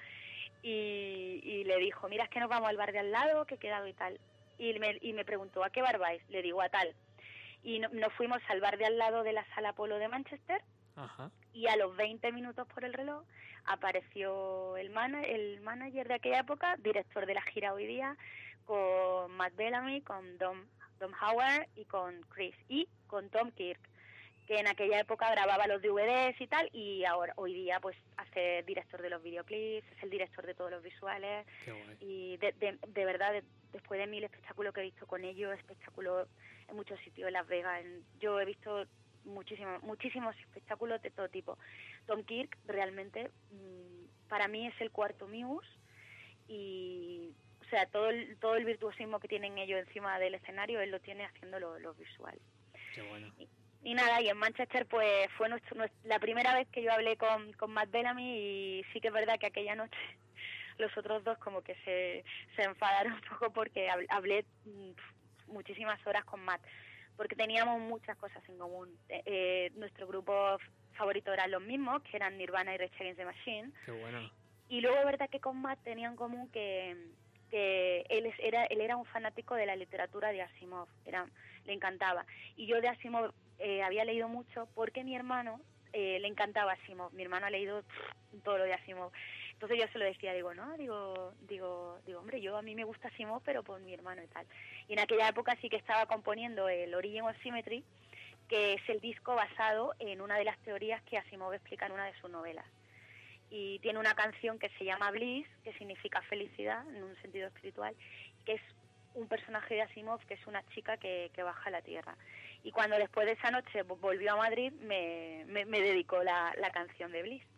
y le dijo, mira, es que nos vamos al bar de al lado, que he quedado y tal. Y me preguntó, ¿a qué bar vais? Le digo, a tal. Y nos fuimos al bar de al lado de la Sala Polo de Manchester. Ajá. Y a los 20 minutos por el reloj apareció el manager de aquella época, director de la gira hoy día, con Matt Bellamy, con Dom Howard y con Chris y con Tom Kirk, que en aquella época grababa los DVDs y tal, y ahora hoy día pues hace director de los videoclips, es el director de todos los visuales. Qué guay. Y de verdad, después de 1000 espectáculos que he visto con ellos, espectáculos en muchos sitios, en Las Vegas, yo he visto muchísimos espectáculos de todo tipo. Tom Kirk realmente para mí es el cuarto Muse, y sea, todo el virtuosismo que tienen ellos encima del escenario, él lo tiene haciendo los visuales. Qué bueno. Y nada, y en Manchester pues fue la primera vez que yo hablé con Matt Bellamy, y sí que es verdad que aquella noche los otros dos como que se enfadaron un poco porque hablé muchísimas horas con Matt, porque teníamos muchas cosas en común. Nuestro grupo favorito eran los mismos, que eran Nirvana y Rage Against the Machine. Qué bueno. Y luego es verdad que con Matt tenía en común que él era un fanático de la literatura de Asimov, le encantaba. Y yo de Asimov había leído mucho porque mi hermano le encantaba Asimov. Mi hermano ha leído todo lo de Asimov. Entonces yo se lo decía, digo, hombre, a mí me gusta Asimov, pero por mi hermano y tal. Y en aquella época sí que estaba componiendo el Origin of Symmetry, que es el disco basado en una de las teorías que Asimov explica en una de sus novelas. Y tiene una canción que se llama Bliss, que significa felicidad en un sentido espiritual, que es un personaje de Asimov, que es una chica que baja a la tierra. Y cuando después de esa noche volvió a Madrid, me dedicó la canción de Bliss.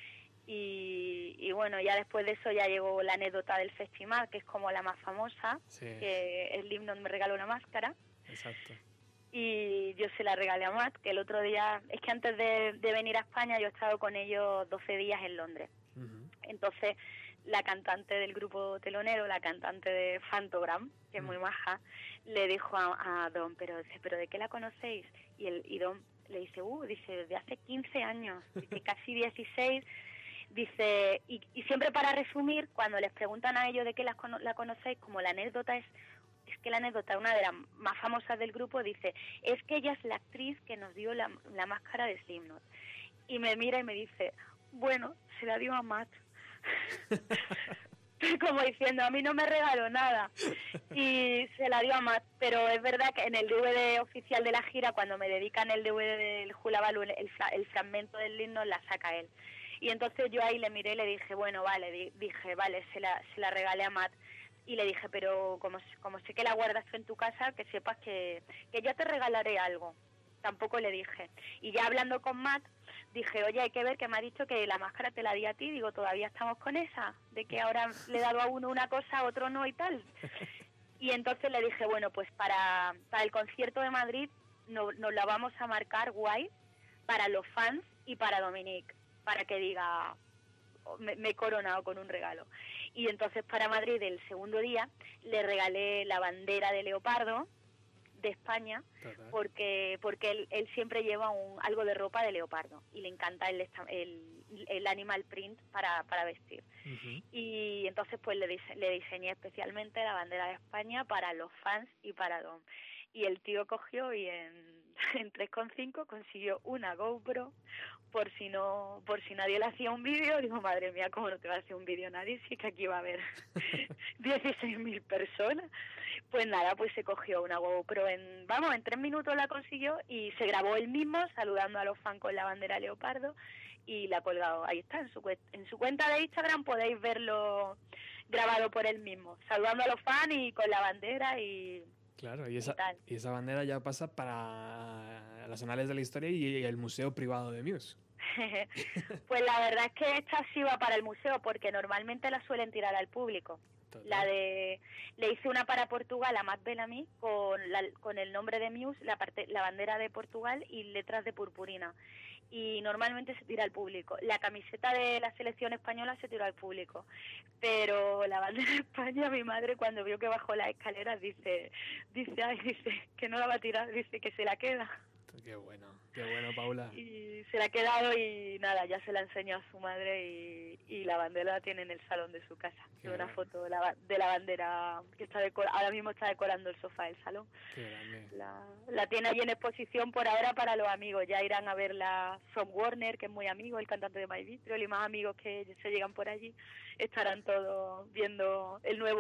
Y bueno, ya después de eso ya llegó la anécdota del festival, que es como la más famosa, Sí. que el Slipknot me regaló una máscara. Exacto. Y yo se la regalé a Matt, que el otro día, es que antes de venir a España yo he estado con ellos 12 días en Londres. Ujú. Entonces la cantante del grupo telonero, la cantante de Fantogram, que es muy maja, le dijo a Dom, pero ¿de qué la conocéis? Y Dom le dice, desde hace 15 años, dice, casi 16. Dice, y siempre para resumir, cuando les preguntan a ellos de qué la conocéis, como la anécdota es que la anécdota, una de las más famosas del grupo, dice, es que ella es la actriz que nos dio la máscara de Slipknot. Y me mira y me dice, bueno, se la dio a Matt. Como diciendo, a mí no me regaló nada. Y se la dio a Matt, pero es verdad que en el DVD oficial de la gira, cuando me dedican el DVD del Hula Balloon, el fragmento del Slipknot la saca él. Y entonces yo ahí le miré y le dije, bueno, vale, se la regalé a Matt. Y le dije, pero como sé que la guardas tú en tu casa, que sepas que ya te regalaré algo. Tampoco le dije. Y ya hablando con Matt, dije, oye, hay que ver que me ha dicho que la máscara te la di a ti. Digo, todavía estamos con esa, de que ahora le he dado a uno una cosa, a otro no y tal. Y entonces le dije, bueno, pues para el concierto de Madrid nos la vamos a marcar guay para los fans y para Dominique, para que diga, me he coronado con un regalo. Y entonces para Madrid, el segundo día, le regalé la bandera de leopardo de España. Total. porque él siempre lleva algo de ropa de leopardo y le encanta el animal print para vestir. Ujú. Y entonces pues le diseñé especialmente la bandera de España para los fans y para Dom. Y el tío cogió y en 3,5 consiguió una GoPro por si nadie le hacía un vídeo. Digo, madre mía, ¿cómo no te va a hacer un vídeo nadie? Si es que aquí va a haber 16.000 personas. Pues nada, pues se cogió una GoPro en 3 minutos la consiguió y se grabó él mismo saludando a los fans con la bandera leopardo y la ha colgado. Ahí está, en su cuenta de Instagram podéis verlo grabado por él mismo, saludando a los fans y con la bandera y... Claro, y tal. esa bandera ya pasa para las anales de la historia y el museo privado de Muse. Pues la verdad es que esta sí va para el museo porque normalmente la suelen tirar al público. Total. Le hice una para Portugal a Matt Bellamy con el nombre de Muse, la bandera de Portugal y letras de purpurina. Y normalmente se tira al público. La camiseta de la selección española se tiró al público. Pero la bandera de España, mi madre cuando vio que bajó las escaleras dice que no la va a tirar, dice que se la queda. Qué bueno, Paula. Y se la ha quedado y nada, ya se la enseñó a su madre y la bandera la tiene en el salón de su casa. Qué Una grande. foto de la bandera que ahora mismo está decorando el sofá del salón. Qué grande. La tiene ahí en exposición por ahora para los amigos. Ya irán a verla From Warner, que es muy amigo, el cantante de My Vitriol, y más amigos que se llegan por allí. Estarán todos viendo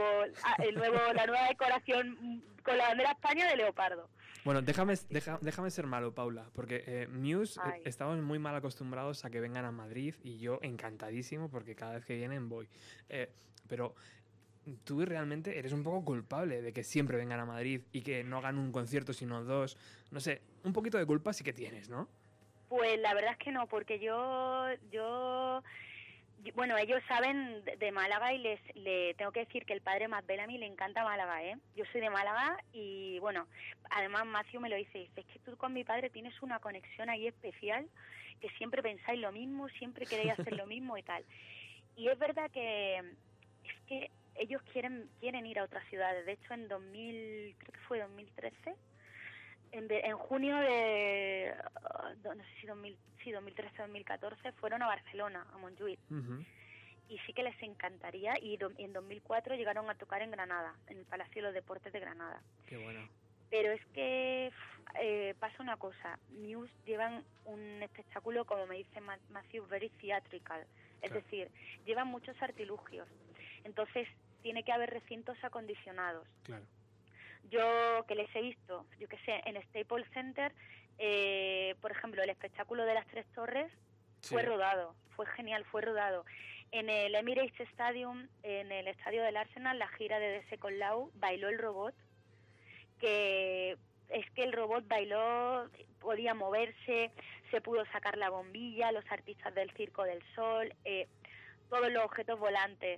la nueva decoración con la bandera España de leopardo. Bueno, déjame ser malo, Paula, porque Muse Ay. estamos muy mal acostumbrados a que vengan a Madrid y yo encantadísimo porque cada vez que vienen voy. Pero tú realmente eres un poco culpable de que siempre vengan a Madrid y que no hagan un concierto sino dos. No sé, un poquito de culpa sí que tienes, ¿no? Pues la verdad es que no, porque yo Bueno, ellos saben de Málaga y le tengo que decir que el padre Matt Bellamy le encanta Málaga, ¿eh? Yo soy de Málaga y, bueno, además Matthew me lo dice, es que tú con mi padre tienes una conexión ahí especial, que siempre pensáis lo mismo, siempre queréis hacer lo mismo y tal. Y es verdad que es que ellos quieren ir a otras ciudades. De hecho, en 2000, creo que fue 2013, en junio de, no sé si 2013-2014, fueron a Barcelona, a Montjuïc. Y sí que les encantaría. Y en 2004 llegaron a tocar en Granada, en el Palacio de los Deportes de Granada. Qué bueno. Pero es que pasa una cosa. Muse llevan un espectáculo, como me dice Matthew, very theatrical. Es decir, llevan muchos artilugios. Entonces, tiene que haber recintos acondicionados. Claro. Yo que les he visto, yo que sé, en Staples Center, por ejemplo, el espectáculo de las Tres Torres fue rodado, fue genial, fue rodado. En el Emirates Stadium, en el estadio del Arsenal, la gira de The Second Law, bailó el robot, que es que el robot bailó, podía moverse, se pudo sacar la bombilla, los artistas del Circo del Sol, todos los objetos volantes.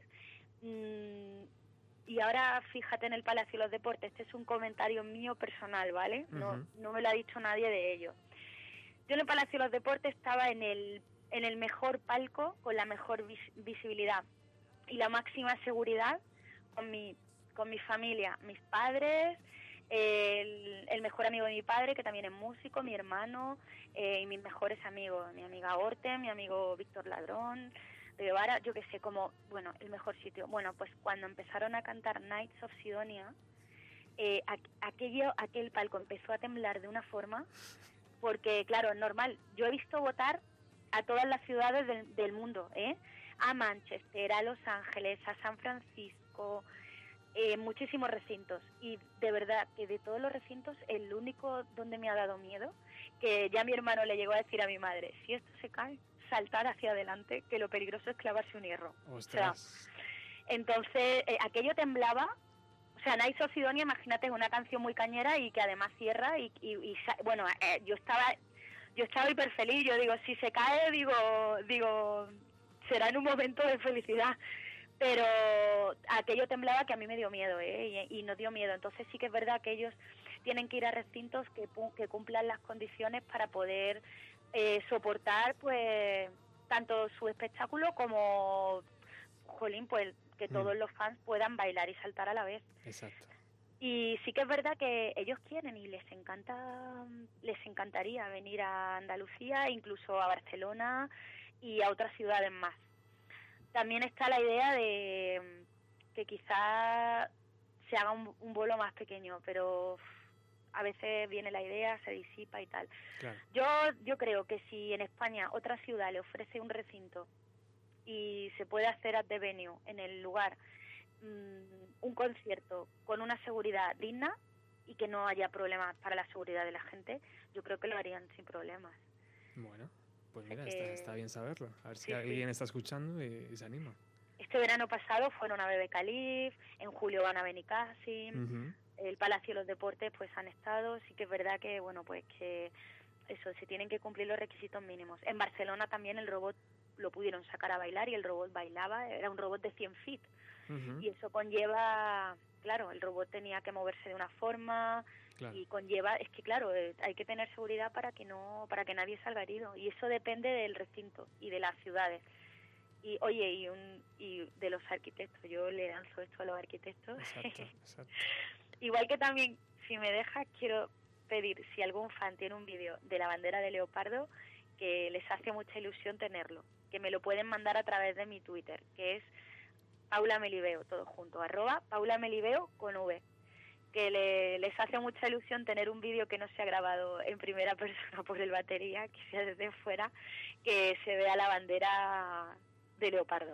Y ahora fíjate en el Palacio de los Deportes, este es un comentario mío personal, ¿vale? No me lo ha dicho nadie de ellos. Yo en el Palacio de los Deportes estaba en el mejor palco, con la mejor visibilidad y la máxima seguridad, con mi familia, mis padres, el mejor amigo de mi padre, que también es músico, mi hermano, y mis mejores amigos, mi amiga Orte, mi amigo Víctor Ladrón, de Guevara, yo que sé, como, bueno, el mejor sitio. Bueno, pues cuando empezaron a cantar Nights of Sidonia, aquel palco empezó a temblar de una forma, porque, claro, es normal. Yo he visto votar a todas las ciudades del mundo, a Manchester, a Los Ángeles, a San Francisco, muchísimos recintos. Y de verdad que de todos los recintos, el único donde me ha dado miedo, que ya mi hermano le llegó a decir a mi madre, si esto se cae, saltar hacia adelante, que lo peligroso es clavarse un hierro. ¡Ostras! O sea, entonces, aquello temblaba. O sea, Nights of Sidonia, imagínate, es una canción muy cañera y que además cierra y bueno, yo estaba hiper feliz. Yo digo, si se cae, digo, será en un momento de felicidad. Pero aquello temblaba, que a mí me dio miedo, y nos dio miedo. Entonces sí que es verdad que ellos tienen que ir a recintos que cumplan las condiciones para poder soportar, pues, tanto su espectáculo como, jolín, pues, que todos los fans puedan bailar y saltar a la vez. Exacto. Y sí que es verdad que ellos quieren y les encantaría venir a Andalucía, incluso a Barcelona y a otras ciudades más. También está la idea de que quizás se haga un vuelo más pequeño, pero a veces viene la idea, se disipa y tal. Claro. Yo creo que si en España otra ciudad le ofrece un recinto y se puede hacer at the venue, en el lugar, un concierto con una seguridad digna y que no haya problemas para la seguridad de la gente, yo creo que lo harían sin problemas. Bueno, pues mira, está bien saberlo. A ver si alguien está escuchando y se anima. Este verano pasado fueron a Bebe Calif, en julio van a Benicassim, el Palacio de los Deportes pues han estado. Sí que es verdad que, bueno, pues que eso, se tienen que cumplir los requisitos mínimos. En Barcelona también el robot lo pudieron sacar a bailar y el robot bailaba, era un robot de 100 feet. Y eso conlleva, claro, el robot tenía que moverse de una forma, y conlleva, es que claro, hay que tener seguridad para que nadie salga herido, y eso depende del recinto y de las ciudades. Y oye, y de los arquitectos, yo le lanzo esto a los arquitectos. Exacto. Igual que también, si me dejas, quiero pedir, si algún fan tiene un vídeo de la bandera de leopardo, que les hace mucha ilusión tenerlo, que me lo pueden mandar a través de mi Twitter, que es Paula Melibeo, todo junto, @Paula Melibeo con V, que les hace mucha ilusión tener un vídeo que no se ha grabado en primera persona por el batería, que sea desde fuera, que se vea la bandera de leopardo.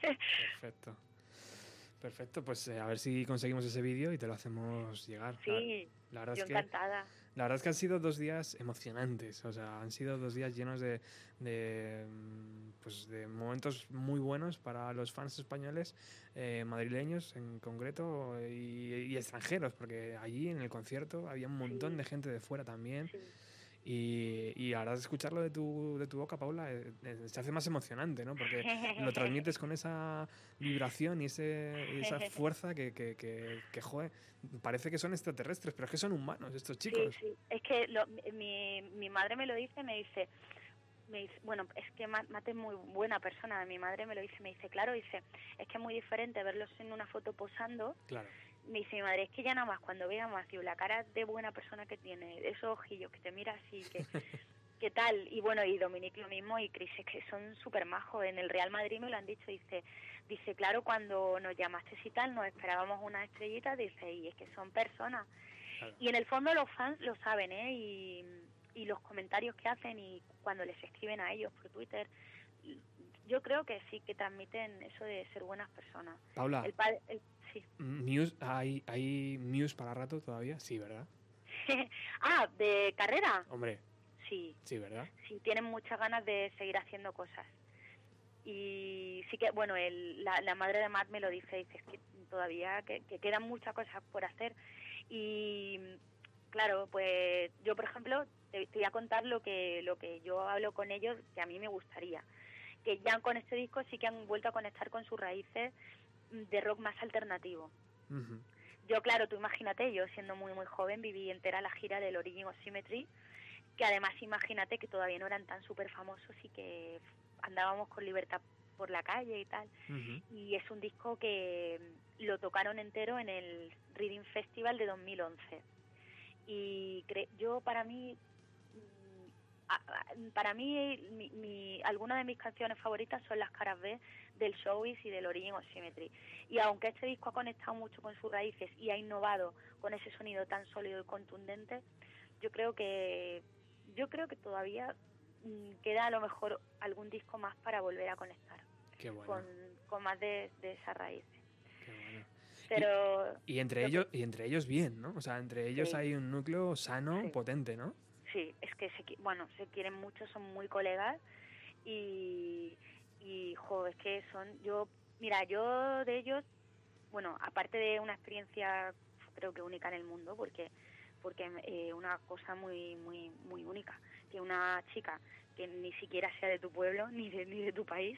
Perfecto, pues a ver si conseguimos ese vídeo y te lo hacemos llegar. Sí, la verdad yo es encantada. La verdad es que han sido 2 días emocionantes, o sea, han sido 2 días llenos de momentos muy buenos para los fans españoles, madrileños en concreto, y extranjeros, porque allí en el concierto había un montón de gente de fuera también. Y ahora de escucharlo de tu boca, Paula, se hace más emocionante, ¿no? Porque lo transmites con esa vibración y esa fuerza que, joder, parece que son extraterrestres, pero es que son humanos estos chicos. Sí, es que mi madre me lo dice, me dice, bueno, es que Mate es muy buena persona, mi madre me lo dice, claro, dice, es que es muy diferente verlos en una foto posando. Claro. Me dice mi madre, es que ya nada más cuando vea a Matthew, la cara de buena persona que tiene, esos ojillos que te mira así, ¿qué tal? Y bueno, y Dominic lo mismo, y Chris, es que son súper majos. En el Real Madrid me lo han dicho, dice, claro, cuando nos llamaste y tal, nos esperábamos unas estrellitas, dice, y es que son personas. Claro. Y en el fondo los fans lo saben, y los comentarios que hacen y cuando les escriben a ellos por Twitter, yo creo que sí, que transmiten eso de ser buenas personas. Paula, sí. Muse, ¿hay Muse para rato todavía? Sí, ¿verdad? ¿De carrera? Hombre. Sí. Sí, ¿verdad? Sí, tienen muchas ganas de seguir haciendo cosas. Y sí que, bueno, la madre de Matt me lo dice que todavía que quedan muchas cosas por hacer. Y claro, pues yo, por ejemplo, te voy a contar lo que yo hablo con ellos, que a mí me gustaría. Que ya con este disco sí que han vuelto a conectar con sus raíces de rock más alternativo. Uh-huh. Yo, claro, tú imagínate, yo siendo muy muy joven viví entera la gira del Origin of Symmetry, que además imagínate que todavía no eran tan súper famosos y que andábamos con libertad por la calle y tal. Uh-huh. Y es un disco que lo tocaron entero en el Reading Festival de 2011. Y yo para mí algunas de mis canciones favoritas son las caras B del Showbiz y del Origin of Symmetry. Y aunque este disco ha conectado mucho con sus raíces y ha innovado con ese sonido tan sólido y contundente, yo creo que todavía queda a lo mejor algún disco más para volver a conectar. Qué bueno. con más de esas raíces. Qué bueno. Pero y entre ellos bien, ¿no? O sea, entre ellos sí. Hay un núcleo sano, Sí. potente, ¿no? Sí, es que se quieren mucho, son muy colegas y es que yo de ellos, bueno, aparte de una experiencia creo que única en el mundo, porque una cosa muy muy muy única, que una chica que ni siquiera sea de tu pueblo ni de tu país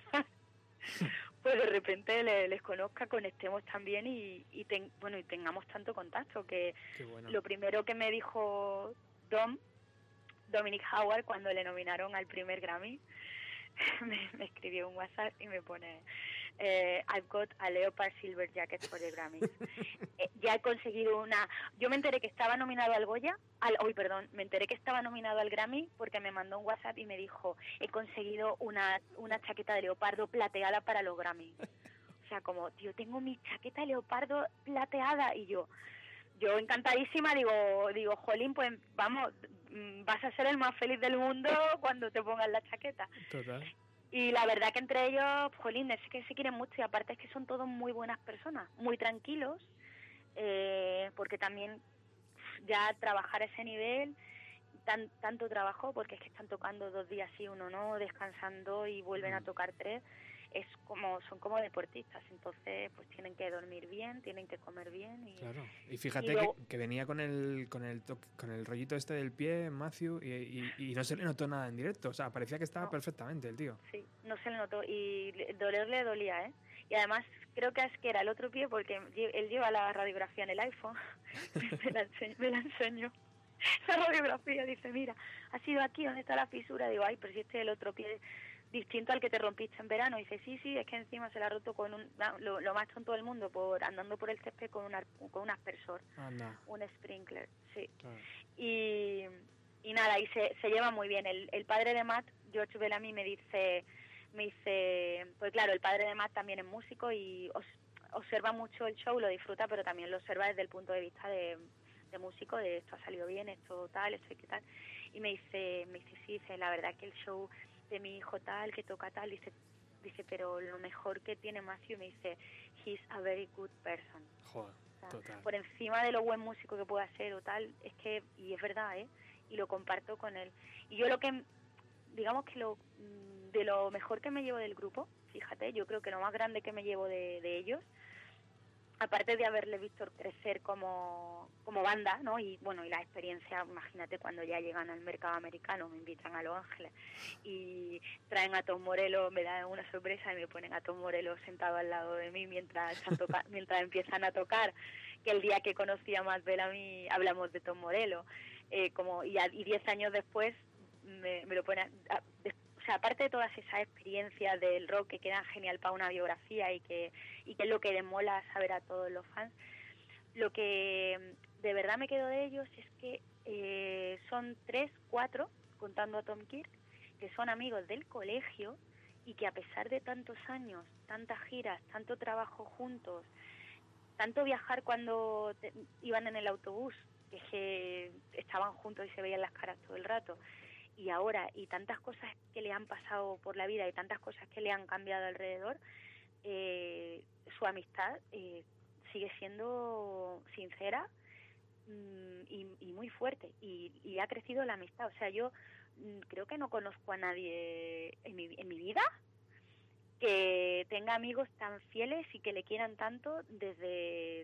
pues de repente les conozca, conectemos también y tengamos tanto contacto, que bueno. Lo primero que me dijo Dominic Howard cuando le nominaron al primer Grammy, me escribió un WhatsApp y me pone I've got a Leopard Silver Jacket for the Grammy. Ya he conseguido yo me enteré que estaba nominado al Goya, me enteré que estaba nominado al Grammy porque me mandó un WhatsApp y me dijo, he conseguido una chaqueta de leopardo plateada para los Grammy. O sea, como, tío, tengo mi chaqueta de leopardo plateada, y yo encantadísima, digo, jolín, pues vamos, vas a ser el más feliz del mundo cuando te pongas la chaqueta. Total. Y la verdad que entre ellos, jolín, es que se quieren mucho, y aparte es que son todos muy buenas personas, muy tranquilos, porque también ya trabajar a ese nivel, tanto trabajo, porque es que están tocando 2 días sí, uno no, descansando y vuelven a tocar 3, son como deportistas, entonces pues tienen que dormir bien, tienen que comer bien. Claro, y fíjate que venía con el rollito este del pie, Matthew, y no se le notó nada en directo, o sea, parecía que estaba perfectamente el tío. Sí, no se le notó, y dolerle dolía, ¿eh? Y además creo que era el otro pie, porque él lleva la radiografía en el iPhone, me la enseñó. La radiografía, dice, mira, ha sido aquí donde está la fisura. Digo, ay, pero si este es el otro pie distinto al que te rompiste en verano. Dice, sí, es que encima se la ha roto con lo más tonto del mundo, andando por el césped con un aspersor. Anda. Un sprinkler, sí. Claro. Y nada, y se lleva muy bien. El padre de Matt, George Bellamy, me dice, pues claro, el padre de Matt también es músico y observa mucho el show, lo disfruta, pero también lo observa desde el punto de vista de músico, de esto ha salido bien, esto tal, esto y qué tal. Y me dice, sí, dice, la verdad que el show de mi hijo tal, que toca tal, dice, pero lo mejor que tiene Matthew, me dice, he's a very good person. Joder, o sea, total. Por encima de lo buen músico que pueda ser o tal, es que, y es verdad, y lo comparto con él. Y yo digamos que de lo mejor que me llevo del grupo, fíjate, yo creo que lo más grande que me llevo de ellos aparte de haberle visto crecer como banda, ¿no? Y bueno, y la experiencia, imagínate cuando ya llegan al mercado americano, me invitan a Los Ángeles y traen a Tom Morello, me dan una sorpresa y me ponen a Tom Morello sentado al lado de mí mientras empiezan a tocar, que el día que conocí a Matt Bellamy hablamos de Tom Morello, y 10 años después me lo ponen... O sea, aparte de todas esas experiencias del rock que quedan genial para una biografía y que es lo que le mola saber a todos los fans, lo que de verdad me quedo de ellos es que son 3, 4, contando a Tom Kirk, que son amigos del colegio y que a pesar de tantos años, tantas giras, tanto trabajo juntos, tanto viajar cuando iban en el autobús, que estaban juntos y se veían las caras todo el rato, y ahora, y tantas cosas que le han pasado por la vida y tantas cosas que le han cambiado alrededor, su amistad sigue siendo sincera y muy fuerte, y ha crecido la amistad. O sea, yo creo que no conozco a nadie en mi vida que tenga amigos tan fieles y que le quieran tanto desde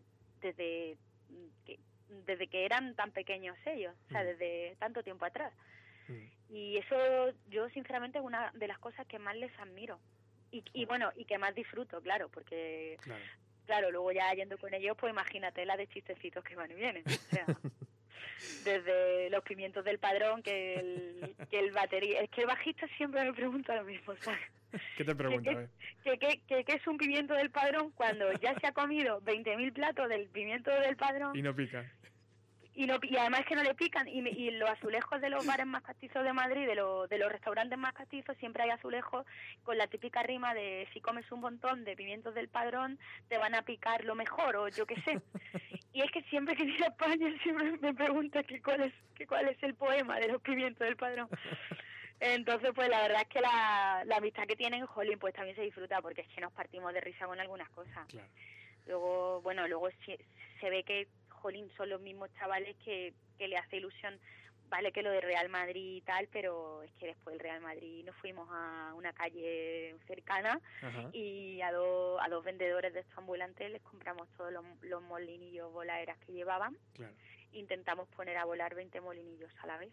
que eran tan pequeños ellos, o sea, desde tanto tiempo atrás. Y eso yo sinceramente es una de las cosas que más les admiro y bueno, y que más disfruto, claro, porque claro, luego ya yendo con ellos, pues imagínate la de chistecitos que van y vienen, o sea, desde los pimientos del Padrón, que el batería, es que el bajista siempre me pregunta lo mismo, ¿sabes? ¿Qué te pregunta? ¿Qué es un pimiento del Padrón cuando ya se ha comido 20.000 platos del pimiento del Padrón? Y no pica. Y además que no le pican, y los azulejos de los bares más castizos de Madrid, de los restaurantes más castizos, siempre hay azulejos con la típica rima de si comes un montón de pimientos del Padrón, te van a picar lo mejor, o yo qué sé. Y es que siempre que viene a España siempre me pregunta cuál es el poema de los pimientos del Padrón. Entonces, pues la verdad es que la amistad que tienen, jolín, pues también se disfruta, porque es que nos partimos de risa con algunas cosas. Claro. Luego se ve que jolín, son los mismos chavales que le hace ilusión, vale que lo de Real Madrid y tal, pero es que después del Real Madrid nos fuimos a una calle cercana. Ajá. Y a dos vendedores de estos ambulantes les compramos todos los molinillos voladeras que llevaban. Claro. Intentamos poner a volar 20 molinillos a la vez.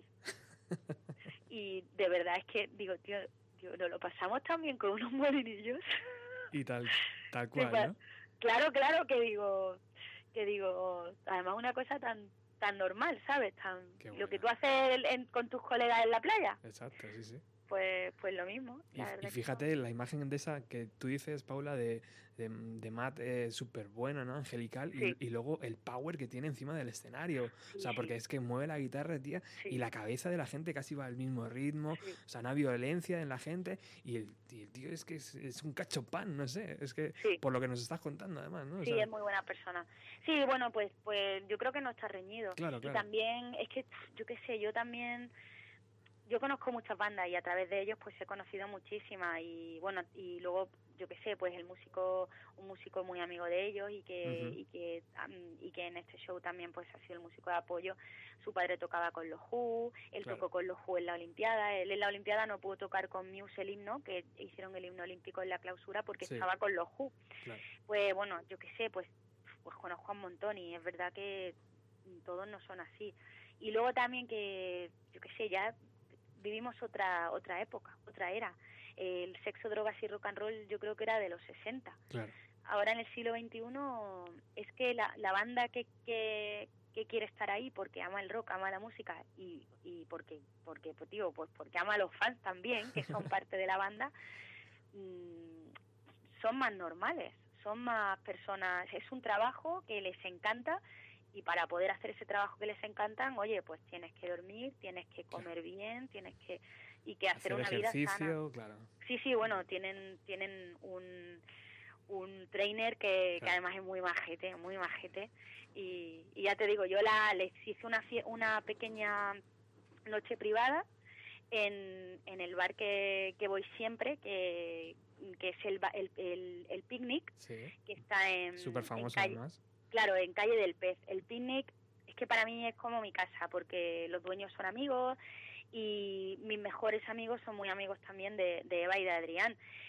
Y de verdad es que digo, tío, nos lo pasamos tan bien con unos molinillos. Y tal cual, ¿no? Claro, que digo, además una cosa tan normal, ¿sabes? Lo que tú haces con tus colegas en la playa. Exacto, sí. Pues lo mismo. Y fíjate, la imagen de esa que tú dices, Paula, de Matt, súper buena, ¿no? Angelical, sí. y luego el power que tiene encima del escenario. Sí. O sea, porque es que mueve la guitarra, tía, sí. Y la cabeza de la gente casi va al mismo ritmo. Sí. O sea, no hay violencia en la gente. Y el tío es que es un cachopán, no sé. Es que por lo que nos estás contando, además, ¿no? Sí, es muy buena persona. Sí, bueno, pues yo creo que no está reñido. Claro. Y también, es que, yo qué sé, yo conozco muchas bandas y a través de ellos pues he conocido muchísimas y bueno, y luego yo qué sé, pues un músico muy amigo de ellos y que en este show también pues ha sido el músico de apoyo. Su padre tocaba con los Who, él tocó con los Who en la Olimpiada. Él en la Olimpiada no pudo tocar con Muse el himno, que hicieron el himno olímpico en la clausura porque estaba con los Who. Claro. Pues bueno, yo qué sé, pues conozco a un montón y es verdad que todos no son así. Y luego también que, yo qué sé, ya vivimos otra época, otra era. El sexo, drogas y rock and roll yo creo que era de los 60. Claro. Ahora en el siglo XXI es que la banda que quiere estar ahí porque ama el rock, ama la música y porque ama a los fans también, que son parte de la banda, son más normales, son más personas. Es un trabajo que les encanta. Y para poder hacer ese trabajo que les encantan, oye, pues tienes que dormir, tienes que comer bien, tienes que hacer una vida sana. Claro. Sí, bueno, tienen un trainer que además es muy majete. Y ya te digo, yo les hice una pequeña noche privada en el bar que voy siempre, que es el Picnic, que está en... Súper famoso calle, además. Claro, en Calle del Pez. El Picnic es que para mí es como mi casa, porque los dueños son amigos y mis mejores amigos son muy amigos también de Eva y de Adrián.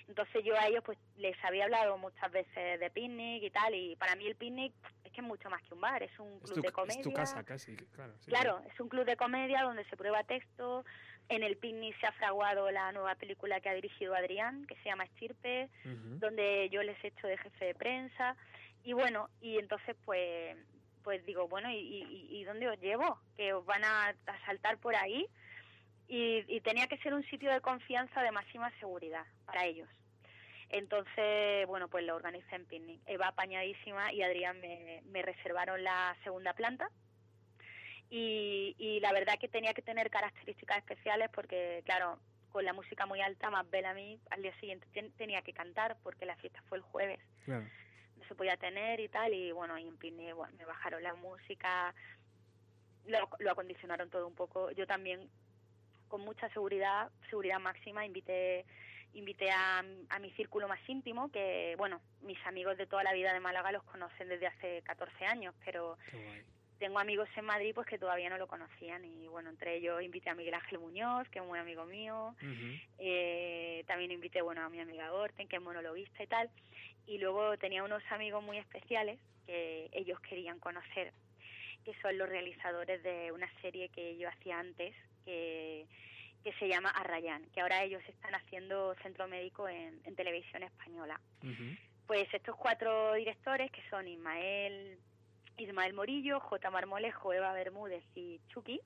Entonces yo a ellos pues les había hablado muchas veces de Picnic y tal, y para mí el Picnic es que es mucho más que un bar, es un club de comedia. Es tu casa casi, claro. Sí, claro, es un club de comedia donde se prueba texto. En el Picnic se ha fraguado la nueva película que ha dirigido Adrián, que se llama Estirpe, donde yo les he hecho de jefe de prensa. Y bueno, y entonces pues digo, bueno, ¿y dónde os llevo? Que os van a saltar por ahí. Y tenía que ser un sitio de confianza de máxima seguridad para ellos. Entonces, bueno, pues lo organicé en Picnic. Eva apañadísima y Adrián me reservaron la segunda planta. Y la verdad que tenía que tener características especiales porque, claro, con la música muy alta, más Bellamy, al día siguiente tenía que cantar porque la fiesta fue el jueves. Claro. No se podía tener y tal, y bueno, y en Picnic, bueno, me bajaron la música, lo acondicionaron todo un poco. Yo también, con mucha seguridad máxima, invité a mi círculo más íntimo, que, bueno, mis amigos de toda la vida de Málaga los conocen desde hace 14 años, pero tengo amigos en Madrid pues que todavía no lo conocían, y bueno, entre ellos invité a Miguel Ángel Muñoz, que es muy amigo mío, también invité, bueno, a mi amiga Orten, que es monologuista y tal, y luego tenía unos amigos muy especiales que ellos querían conocer, que son los realizadores de una serie que yo hacía antes, que se llama Arrayán, que ahora ellos están haciendo centro médico en televisión española. Pues estos 4 directores, que son Ismael Morillo, J. Marmolejo, Eva Bermúdez y Chucky,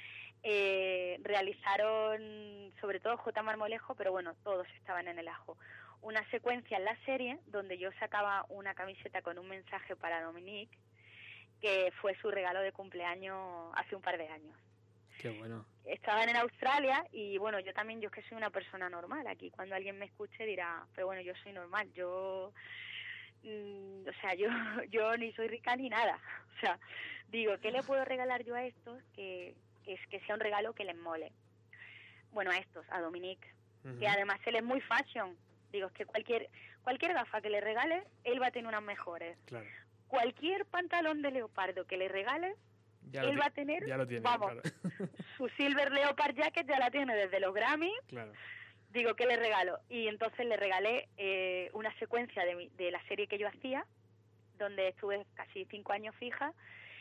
realizaron, sobre todo J. Marmolejo, pero bueno, todos estaban en el ajo, una secuencia en la serie donde yo sacaba una camiseta con un mensaje para Dominique, que fue su regalo de cumpleaños hace un par de años. Qué bueno. Estaban en Australia y bueno, yo es que soy una persona normal. Aquí cuando alguien me escuche dirá, pero bueno, yo soy normal, yo ni soy rica ni nada. O sea, digo, ¿qué le puedo regalar yo a estos que sea un regalo que les mole? Bueno, a Dominique, que además él es muy fashion. Digo, es que cualquier gafa que le regale, él va a tener unas mejores. Claro. Cualquier pantalón de leopardo que le regale, él va a tener, ya lo tiene, vamos, claro. su Silver Leopard Jacket ya la tiene desde los Grammy. Claro. Digo, ¿qué le regalo? Y entonces le regalé una secuencia de la serie que yo hacía, donde estuve casi 5 años fija,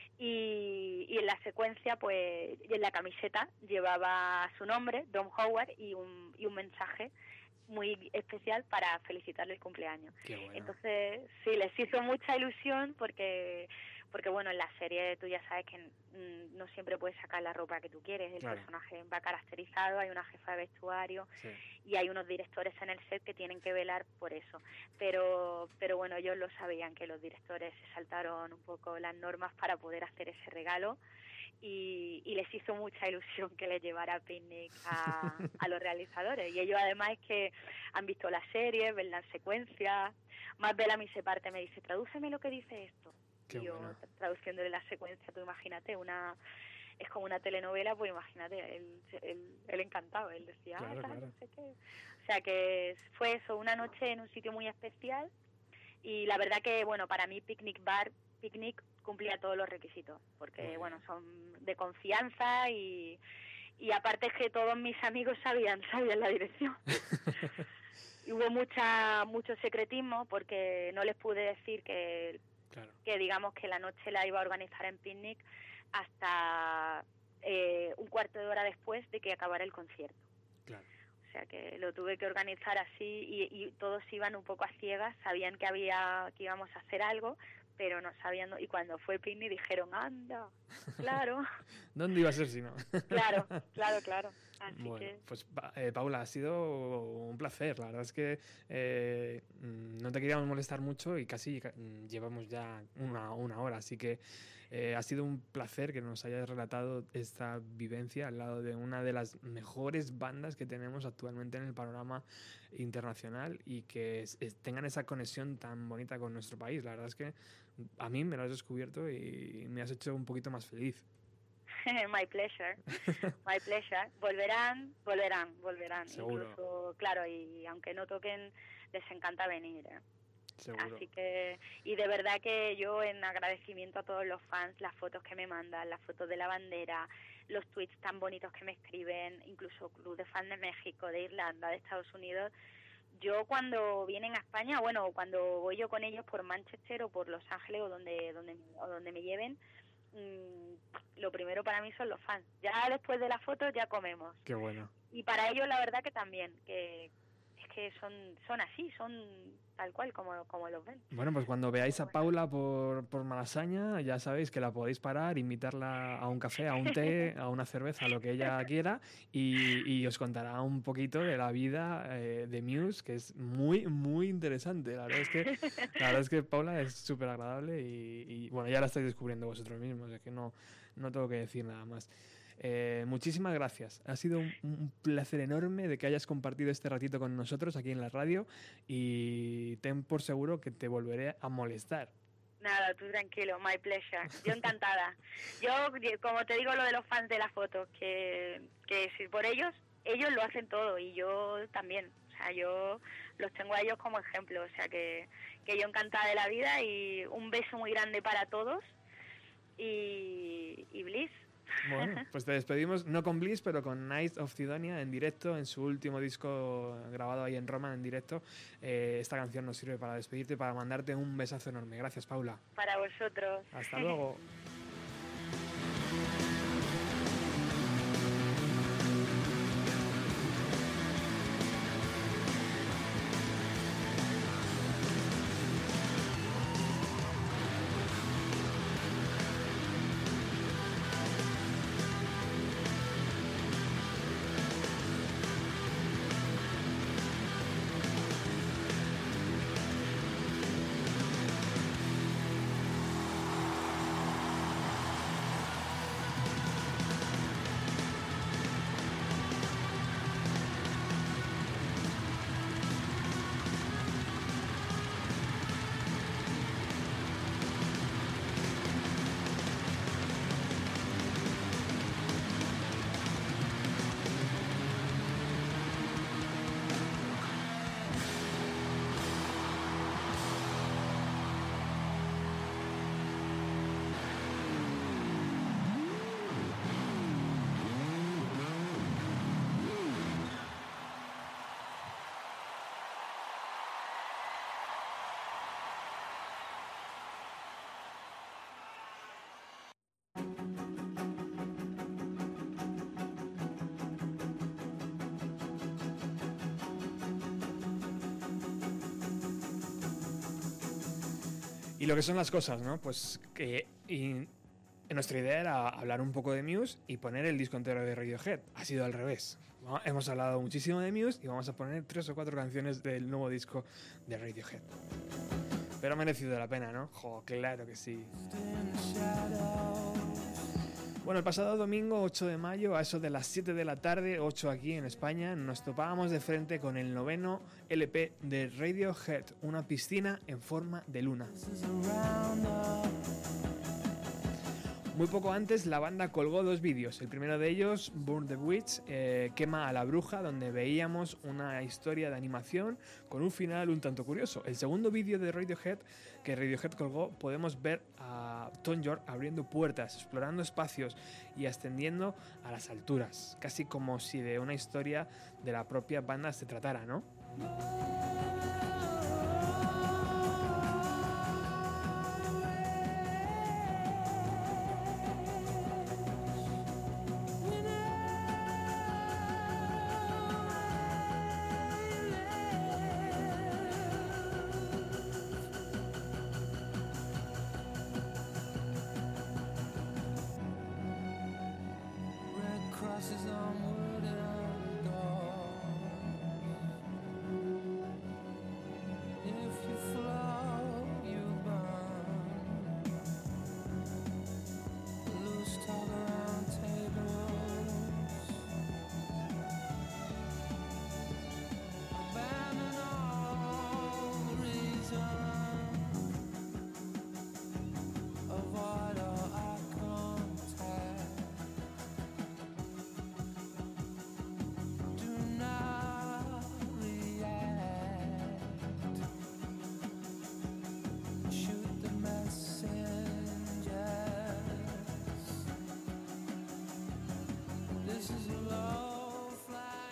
y en la secuencia, pues, en la camiseta llevaba su nombre, Dom Howard, y un mensaje muy especial para felicitarle el cumpleaños. Qué bueno. Entonces, sí, les hizo mucha ilusión porque bueno, en la serie tú ya sabes que no siempre puedes sacar la ropa que tú quieres, el personaje va caracterizado, hay una jefa de vestuario y hay unos directores en el set que tienen que velar por eso, pero bueno, ellos lo sabían, que los directores se saltaron un poco las normas para poder hacer ese regalo, y les hizo mucha ilusión que les llevara Picnic a los realizadores, y ellos además es que han visto la serie, ven las secuencias. Más Bellamy se parte, me dice, tradúceme lo que dice esto. Qué y yo, bueno, traduciéndole la secuencia, tú imagínate, es como una telenovela, pues imagínate, él encantado, él decía, claro. No sé qué. O sea que fue eso, una noche en un sitio muy especial, y la verdad que, bueno, para mí Picnic cumplía todos los requisitos, porque, bueno, son de confianza y aparte es que todos mis amigos sabían la dirección. Y hubo mucho secretismo porque no les pude decir que digamos que la noche la iba a organizar en Picnic hasta un cuarto de hora después de que acabara el concierto. Claro. O sea que lo tuve que organizar así y todos iban un poco a ciegas, sabían que íbamos a hacer algo, pero no sabían, y cuando fue Picnic dijeron, anda, claro. ¿Dónde iba a ser si no? Claro. Así bueno, que... pues Paula, ha sido un placer. La verdad es que no te queríamos molestar mucho y casi llevamos ya una hora, así que ha sido un placer que nos hayas relatado esta vivencia al lado de una de las mejores bandas que tenemos actualmente en el panorama internacional y que tengan esa conexión tan bonita con nuestro país. La verdad es que a mí me lo has descubierto y me has hecho un poquito más feliz. My pleasure. Volverán. Seguro. Incluso, claro, y aunque no toquen, les encanta venir. Seguro. Así que, y de verdad que yo, en agradecimiento a todos los fans, las fotos que me mandan, las fotos de la bandera, los tweets tan bonitos que me escriben, incluso club de fans de México, de Irlanda, de Estados Unidos, yo cuando vienen a España, bueno, cuando voy yo con ellos por Manchester o por Los Ángeles o donde me lleven, lo primero para mí son los fans. Ya después de las fotos ya comemos. Qué bueno. Y para ellos la verdad que también, que es que son así, son tal cual como los ven. Bueno, pues cuando veáis a Paula por Malasaña, ya sabéis que la podéis parar, invitarla a un café, a un té, a una cerveza, a lo que ella quiera, y os contará un poquito de la vida de Muse, que es muy, muy interesante. La verdad es que Paula es súper agradable y bueno, ya la estáis descubriendo vosotros mismos, es que no tengo que decir nada más. Muchísimas gracias. Ha sido un placer enorme de que hayas compartido este ratito con nosotros aquí en la radio y ten por seguro que te volveré a molestar. Nada, tú tranquilo, my pleasure. Yo encantada. Yo, como te digo, lo de los fans de las fotos, que si por ellos lo hacen todo y yo también. O sea, yo los tengo a ellos como ejemplo. O sea, que yo encantada de la vida y un beso muy grande para todos y Bliss. Bueno, pues te despedimos, no con Bliss, pero con Night of Sidonia en directo, en su último disco grabado ahí en Roma en directo. Esta canción nos sirve para despedirte y para mandarte un besazo enorme. Gracias, Paula. Para vosotros. Hasta luego. Y lo que son las cosas, ¿no? Pues que nuestra idea era hablar un poco de Muse y poner el disco entero de Radiohead. Ha sido al revés. ¿No? Hemos hablado muchísimo de Muse y vamos a poner 3 o 4 canciones del nuevo disco de Radiohead. Pero ha merecido la pena, ¿no? Jo, claro que sí. Bueno, el pasado domingo 8 de mayo, a eso de las 7 de la tarde, 8 aquí en España, nos topábamos de frente con el 9º LP de Radiohead, una piscina en forma de luna. Muy poco antes, la banda colgó 2 vídeos. El primero de ellos, Burn the Witch, Quema a la Bruja, donde veíamos una historia de animación con un final un tanto curioso. El segundo vídeo de Radiohead, que Radiohead colgó, podemos ver a Tom York abriendo puertas, explorando espacios y ascendiendo a las alturas. Casi como si de una historia de la propia banda se tratara, ¿no?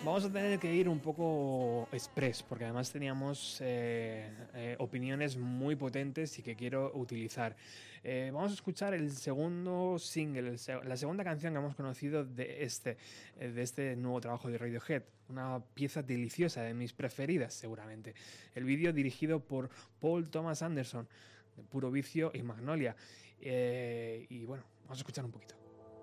Vamos a tener que ir un poco express, porque además teníamos opiniones muy potentes y que quiero utilizar. Vamos a escuchar el segundo single, la segunda canción que hemos conocido de este nuevo trabajo de Radiohead. Una pieza deliciosa, de mis preferidas seguramente. El vídeo dirigido por Paul Thomas Anderson, de Puro Vicio y Magnolia. Y bueno, vamos a escuchar un poquito.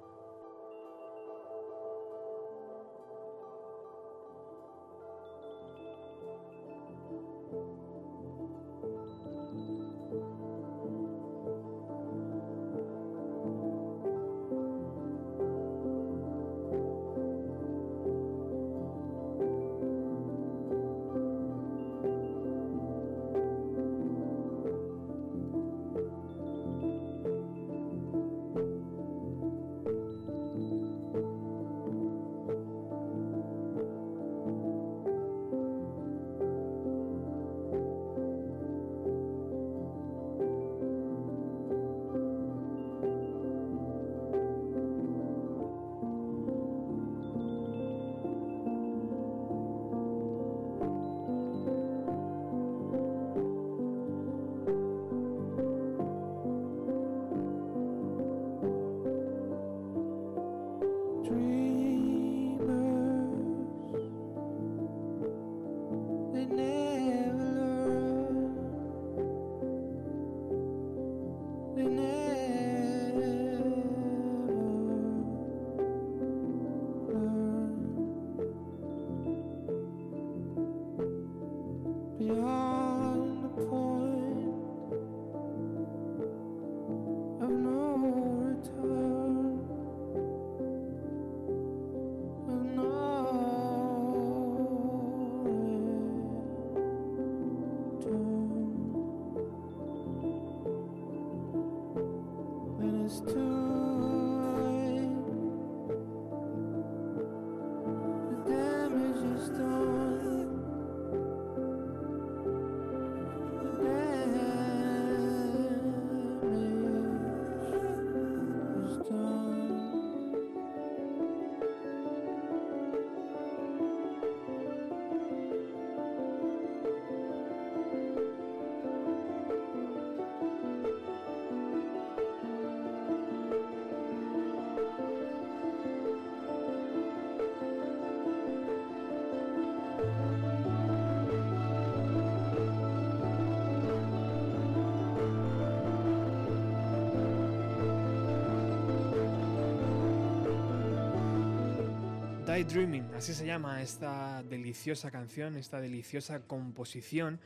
Daydreaming, así se llama esta deliciosa canción, esta deliciosa composición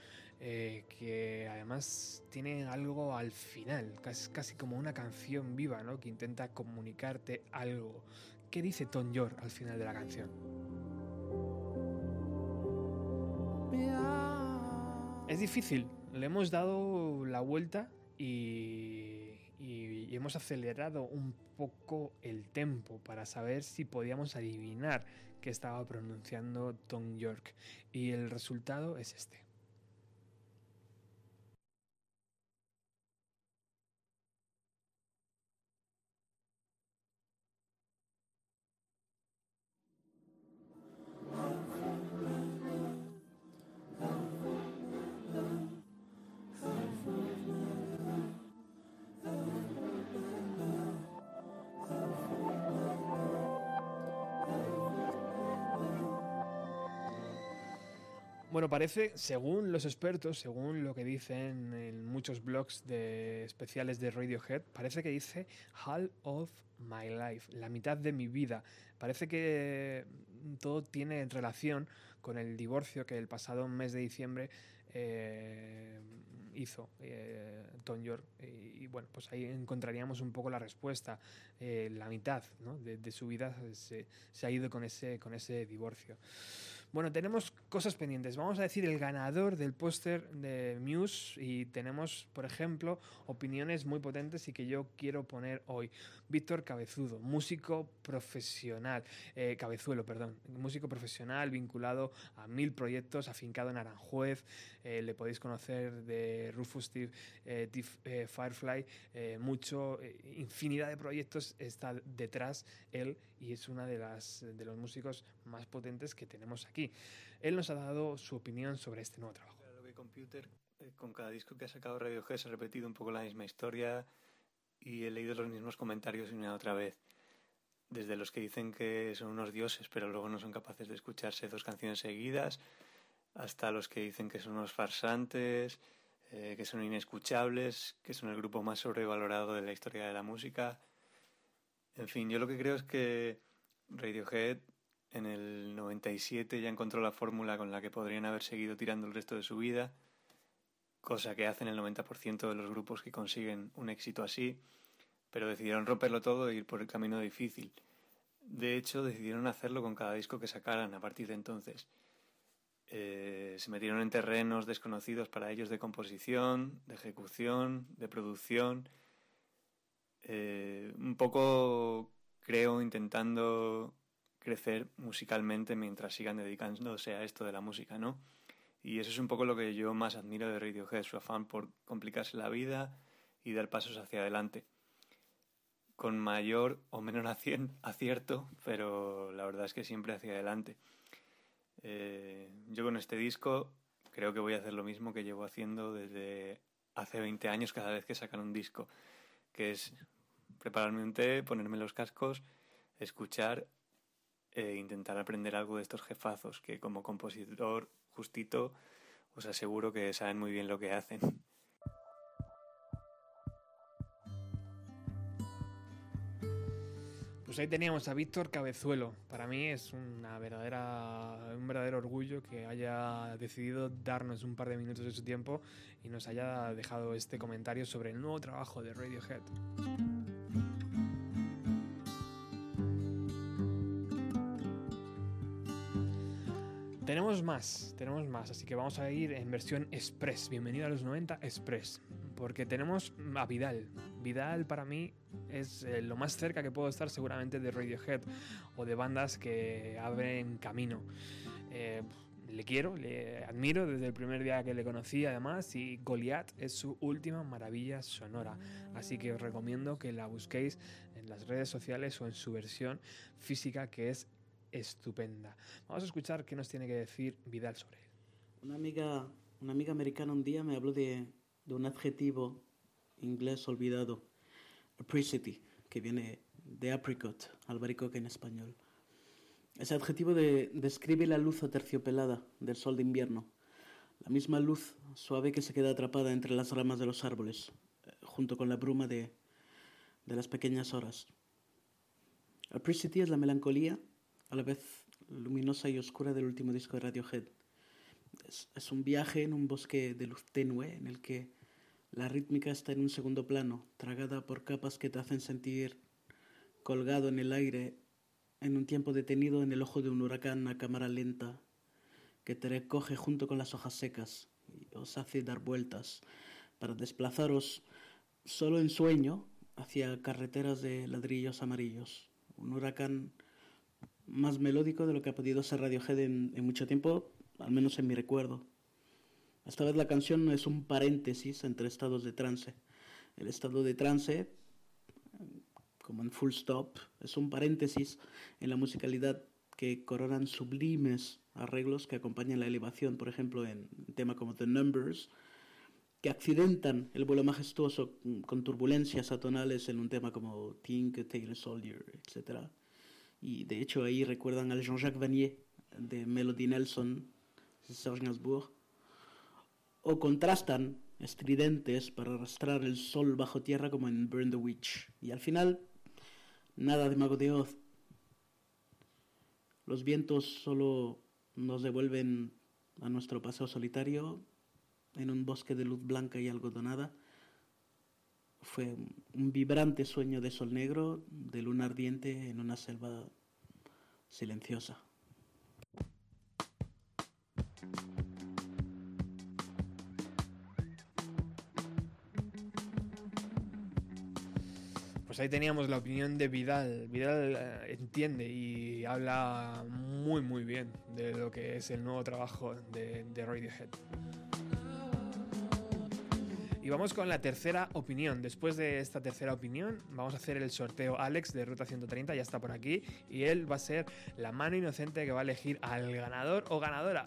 que además tiene algo al final, casi como una canción viva, ¿no? Que intenta comunicarte algo. ¿Qué dice Tom York al final de la canción? Es difícil, le hemos dado la vuelta y hemos acelerado un poco el tempo para saber si podíamos adivinar qué estaba pronunciando Tom York. Y el resultado es este. Bueno, parece, según los expertos, según lo que dicen en muchos blogs especiales de Radiohead, parece que dice half of my life, la mitad de mi vida. Parece que todo tiene relación con el divorcio que el pasado mes de diciembre hizo Tom York. Y bueno, pues ahí encontraríamos un poco la respuesta. La mitad, ¿no?, de su vida se ha ido con ese divorcio. Bueno, tenemos cosas pendientes. Vamos a decir el ganador del póster de Muse y tenemos, por ejemplo, opiniones muy potentes y que yo quiero poner hoy. Víctor Cabezudo, músico profesional, músico profesional vinculado a 1000 proyectos, afincado en Aranjuez. Le podéis conocer de Rufus Firefly, infinidad de proyectos está detrás él y es una de los músicos más potentes que tenemos aquí. Él nos ha dado su opinión sobre este nuevo trabajo. Lo que Computer, con cada disco que ha sacado Radiohead se ha repetido un poco la misma historia y he leído los mismos comentarios una y otra vez. Desde los que dicen que son unos dioses pero luego no son capaces de escucharse 2 canciones seguidas, hasta los que dicen que son unos farsantes, que son inescuchables, que son el grupo más sobrevalorado de la historia de la música. En fin, yo lo que creo es que Radiohead en el 97 ya encontró la fórmula con la que podrían haber seguido tirando el resto de su vida, cosa que hacen el 90% de los grupos que consiguen un éxito así, pero decidieron romperlo todo e ir por el camino difícil. De hecho, decidieron hacerlo con cada disco que sacaran a partir de entonces. Se metieron en terrenos desconocidos para ellos de composición, de ejecución, de producción, un poco, creo, intentando crecer musicalmente mientras sigan dedicándose a esto de la música, ¿no? Y eso es un poco lo que yo más admiro de Radiohead, su afán por complicarse la vida y dar pasos hacia adelante, con mayor o menor acierto, pero la verdad es que siempre hacia adelante. Yo con este disco creo que voy a hacer lo mismo que llevo haciendo desde hace 20 años cada vez que sacan un disco, que es prepararme un té, ponerme los cascos, escuchar e intentar aprender algo de estos jefazos que como compositor justito os aseguro que saben muy bien lo que hacen. Pues ahí teníamos a Víctor Cabezuelo. Para mí es un verdadero orgullo que haya decidido darnos un par de minutos de su tiempo y nos haya dejado este comentario sobre el nuevo trabajo de Radiohead. Tenemos más, así que vamos a ir en versión Express. Bienvenido a los 90 Express, porque tenemos a Vidal. Vidal para mí es lo más cerca que puedo estar seguramente de Radiohead o de bandas que abren camino. Le quiero, le admiro desde el primer día que le conocí además, y Goliath es su última maravilla sonora, así que os recomiendo que la busquéis en las redes sociales o en su versión física, que es estupenda. Vamos a escuchar qué nos tiene que decir Vidal sobre él. Una amiga americana un día me habló de un adjetivo inglés olvidado, apricity, que viene de apricot, albaricoque en español. Ese adjetivo describe la luz aterciopelada del sol de invierno, la misma luz suave que se queda atrapada entre las ramas de los árboles, junto con la bruma de las pequeñas horas. Apricity es la melancolía, a la vez luminosa y oscura del último disco de Radiohead. Es un viaje en un bosque de luz tenue en el que la rítmica está en un segundo plano, tragada por capas que te hacen sentir colgado en el aire en un tiempo detenido en el ojo de un huracán a cámara lenta que te recoge junto con las hojas secas y os hace dar vueltas para desplazaros solo en sueño hacia carreteras de ladrillos amarillos. Un huracán más melódico de lo que ha podido ser Radiohead en mucho tiempo, al menos en mi recuerdo. Esta vez la canción no es un paréntesis entre estados de trance. El estado de trance, como en Full Stop, es un paréntesis en la musicalidad que coronan sublimes arreglos que acompañan la elevación, por ejemplo en un tema como The Numbers, que accidentan el vuelo majestuoso con turbulencias atonales en un tema como Think, Tailor Soldier, etc. Y de hecho ahí recuerdan al Jean-Jacques Vanier de Melody Nelson, Serge Gainsbourg, o contrastan estridentes para arrastrar el sol bajo tierra como en Burn the Witch. Y al final, nada de Mago de Oz. Los vientos solo nos devuelven a nuestro paseo solitario en un bosque de luz blanca y algodonada. Fue un vibrante sueño de sol negro, de luna ardiente en una selva silenciosa. Pues ahí teníamos la opinión de Vidal. Vidal entiende y habla muy muy bien de lo que es el nuevo trabajo de Radiohead. Y vamos con la tercera opinión. Después de esta tercera opinión vamos a hacer el sorteo. Alex de Ruta 130 ya está por aquí y él va a ser la mano inocente que va a elegir al ganador o ganadora.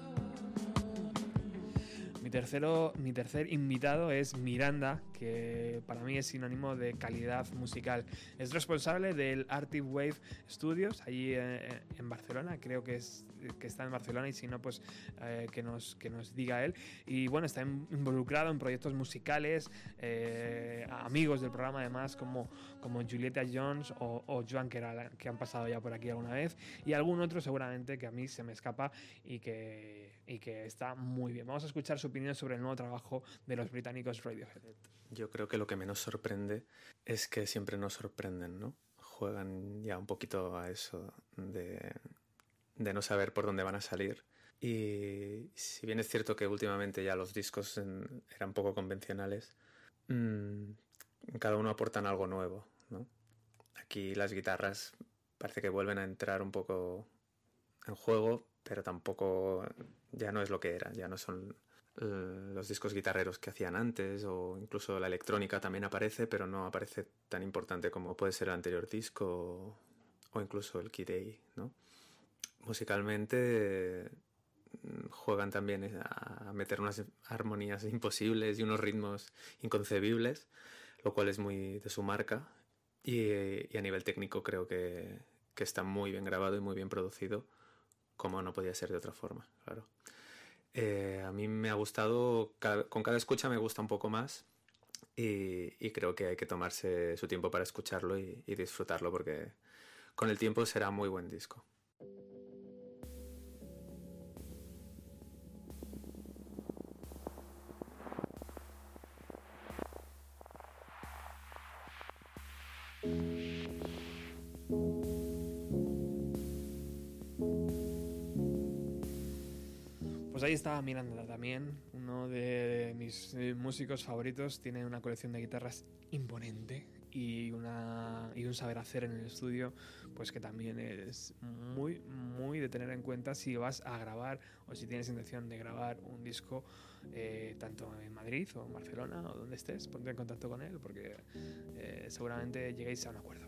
Mi tercer invitado es Miranda, que para mí es sinónimo de calidad musical. Es responsable del Arctic Wave Studios, allí en Barcelona, creo que está en Barcelona, y si no, pues que nos diga él. Y bueno, está involucrado en proyectos musicales, amigos del programa además, como Julieta Jones o Joan Queralt, que han pasado ya por aquí alguna vez, y algún otro seguramente que a mí se me escapa y que está muy bien. Vamos a escuchar su opinión sobre el nuevo trabajo de los británicos Radiohead. Yo creo que lo que menos sorprende es que siempre nos sorprenden, ¿no? Juegan ya un poquito a eso de no saber por dónde van a salir. Y si bien es cierto que últimamente ya los discos eran poco convencionales, cada uno aportan algo nuevo, ¿no? Aquí las guitarras parece que vuelven a entrar un poco en juego, pero tampoco ya no es lo que era, ya no son los discos guitarreros que hacían antes, o incluso la electrónica también aparece, pero no aparece tan importante como puede ser el anterior disco o incluso el Kid A, ¿no? Musicalmente juegan también a meter unas armonías imposibles y unos ritmos inconcebibles, lo cual es muy de su marca, y a nivel técnico creo que está muy bien grabado y muy bien producido, como no podía ser de otra forma, claro. A mí me ha gustado, con cada escucha me gusta un poco más, y creo que hay que tomarse su tiempo para escucharlo y disfrutarlo, porque con el tiempo será muy buen disco. Pues ahí está Miranda también, uno de mis músicos favoritos. Tiene una colección de guitarras imponente y un saber hacer en el estudio, pues que también es muy, muy de tener en cuenta si vas a grabar o si tienes intención de grabar un disco, tanto en Madrid o en Barcelona o donde estés. Ponte en contacto con él porque seguramente lleguéis a un acuerdo.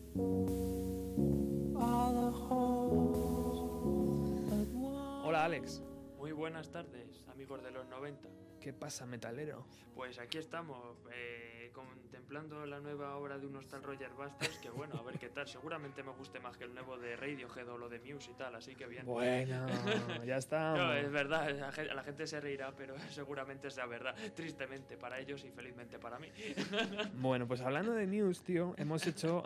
Hola, Alex. Muy buenas tardes, amigos de los 90. ¿Qué pasa, metalero? Pues aquí estamos, contemplando la nueva obra de unos tal Roger Bastards, que bueno, a ver qué tal. Seguramente me guste más que el nuevo de Radiohead o lo de Muse y tal, así que bien. Bueno, ya está. No, es verdad, la gente se reirá, pero seguramente sea verdad. Tristemente para ellos y felizmente para mí. Bueno, pues hablando de Muse, tío, hemos hecho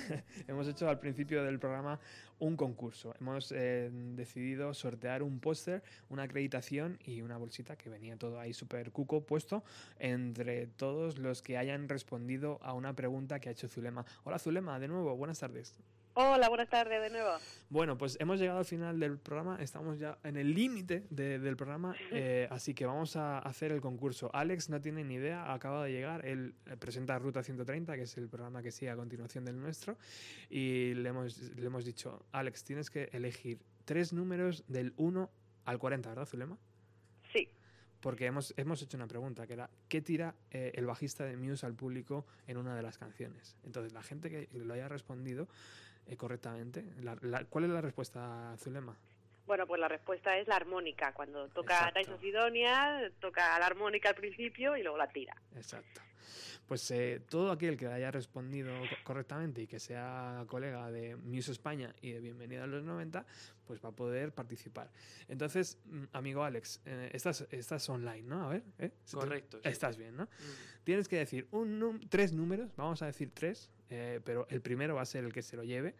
al principio del programa un concurso. Hemos decidido sortear un póster, una acreditación y una bolsita que venía todo ahí súper cuco puesto entre todos los que hayan respondido a una pregunta que ha hecho Zulema. Hola, Zulema, de nuevo, buenas tardes. Hola, buenas tardes de nuevo. Bueno, pues hemos llegado al final del programa, estamos ya en el límite del programa, así que vamos a hacer el concurso. Alex no tiene ni idea, acaba de llegar, él presenta Ruta 130, que es el programa que sigue a continuación del nuestro, y le hemos dicho, Alex, tienes que elegir 3 números del 1 al 40, ¿verdad, Zulema? Sí. Porque hemos hecho una pregunta, que era, ¿qué tira el bajista de Muse al público en una de las canciones? Entonces, la gente que lo haya respondido correctamente, ¿cuál es la respuesta, Zulema? Bueno, pues la respuesta es la armónica. Cuando toca Tyson Sidonia, toca la armónica al principio y luego la tira. Exacto. Pues todo aquel que haya respondido correctamente y que sea colega de Muse España y de Bienvenida a los 90, pues va a poder participar. Entonces, amigo Alex, estás online, ¿no? A ver, Correcto. Sí. Estás bien, ¿no? Tienes que decir 3 números, vamos a decir 3, pero el primero va a ser el que se lo lleve,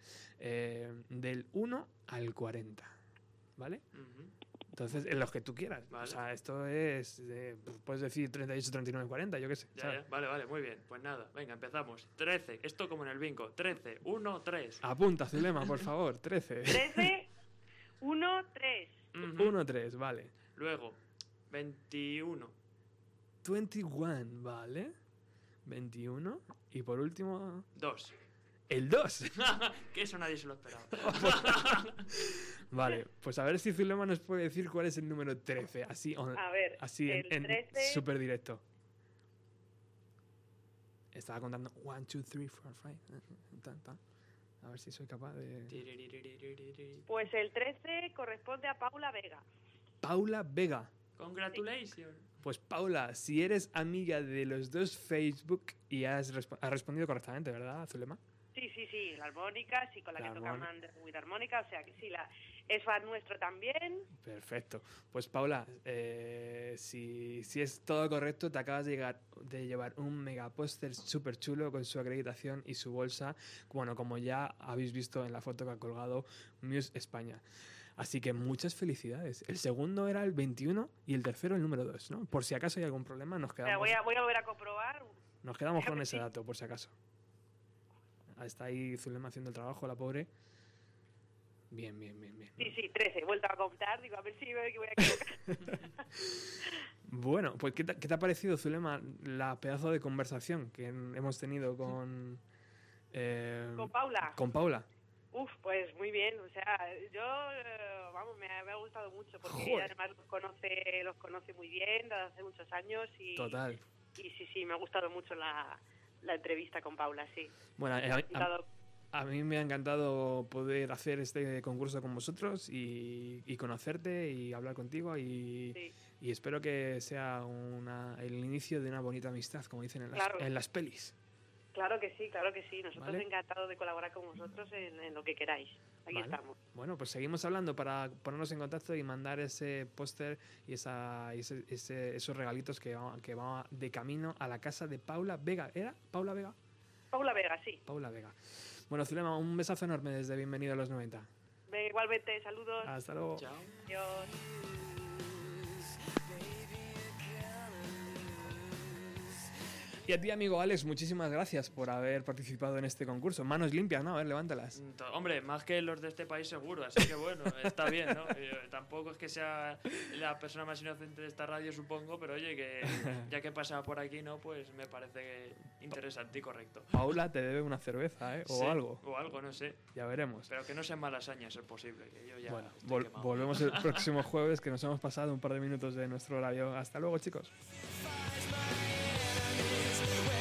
del 1 al 40, ¿vale? Entonces, en los que tú quieras. Vale. O sea, esto es... puedes decir 38, 39, 40, yo qué sé. Ya. Vale, muy bien. Pues nada, venga, empezamos. 13, esto como en el bingo. 13, 1, 3. Apunta, Zulema, por favor. 13. 13, 1, 3. 1, 3, vale. Luego, 21. 21, vale. 21. Y por último... 2. ¡El 2! Que eso nadie se lo esperaba. Vale, pues a ver si Zulema nos puede decir cuál es el número 13. Así, A ver, así el en 13... súper directo. Estaba contando 1, 2, 3, 4, 5. A ver si soy capaz de... Pues el 13 corresponde a Paula Vega. Paula Vega. Congratulations. Pues Paula, si eres amiga de los dos Facebook y has respondido correctamente, ¿verdad, Zulema? Sí, la armónica, sí, con la La que toca armónica. Under with armónica, o sea que sí, es fan nuestro también. Perfecto. Pues Paula, si es todo correcto, te acabas de llevar un mega póster súper chulo con su acreditación y su bolsa, bueno, como ya habéis visto en la foto que ha colgado Muse España. Así que muchas felicidades. El segundo era el 21 y el tercero el número 2, ¿no? Por si acaso hay algún problema, nos O sea, quedamos, voy a volver a comprobar. nos quedamos con ese dato, por si acaso. Está ahí Zulema haciendo el trabajo, la pobre. Bien. Sí, 13, he vuelto a contar, digo, a ver si me voy a equivocar. Bueno, pues ¿qué te ha parecido, Zulema, la pedazo de conversación que hemos tenido con... ¿Con Paula? Con Paula. Uf, pues muy bien, o sea, yo, vamos, me ha gustado mucho porque Joder. además los conoce muy bien desde hace muchos años y... Total. Y sí, me ha gustado mucho la entrevista con Paula, sí. Bueno, Me ha gustado. a mí me ha encantado poder hacer este concurso con vosotros y conocerte y hablar contigo y espero que sea el inicio de una bonita amistad, como dicen en las pelis. Claro que sí. Nosotros ¿Vale? encantados de colaborar con vosotros en lo que queráis. Aquí Vale. estamos. Bueno, pues seguimos hablando para ponernos en contacto y mandar ese póster y esos regalitos que van de camino a la casa de Paula Vega. ¿Era Paula Vega? Paula Vega, sí. Paula Vega. Bueno, Zulema, un besazo enorme desde Bienvenido a los 90. Igualmente, saludos. Hasta luego. Chao. Adiós. Y a ti, amigo Alex, muchísimas gracias por haber participado en este concurso. Manos limpias, ¿no? A ver, levántalas. Hombre, más que los de este país seguro, así que bueno, está bien, ¿no? Tampoco es que sea la persona más inocente de esta radio, supongo, pero oye, que ya que pasa por aquí, ¿no? Pues me parece interesante y correcto. Paula te debe una cerveza, ¿eh? O Sí, algo. O algo, no sé. Ya veremos. Pero que no sean malas hazañas, es posible, que yo ya Bueno, estoy quemado. volvemos el próximo jueves, que nos hemos pasado un par de minutos de nuestro horario. Hasta luego, chicos. When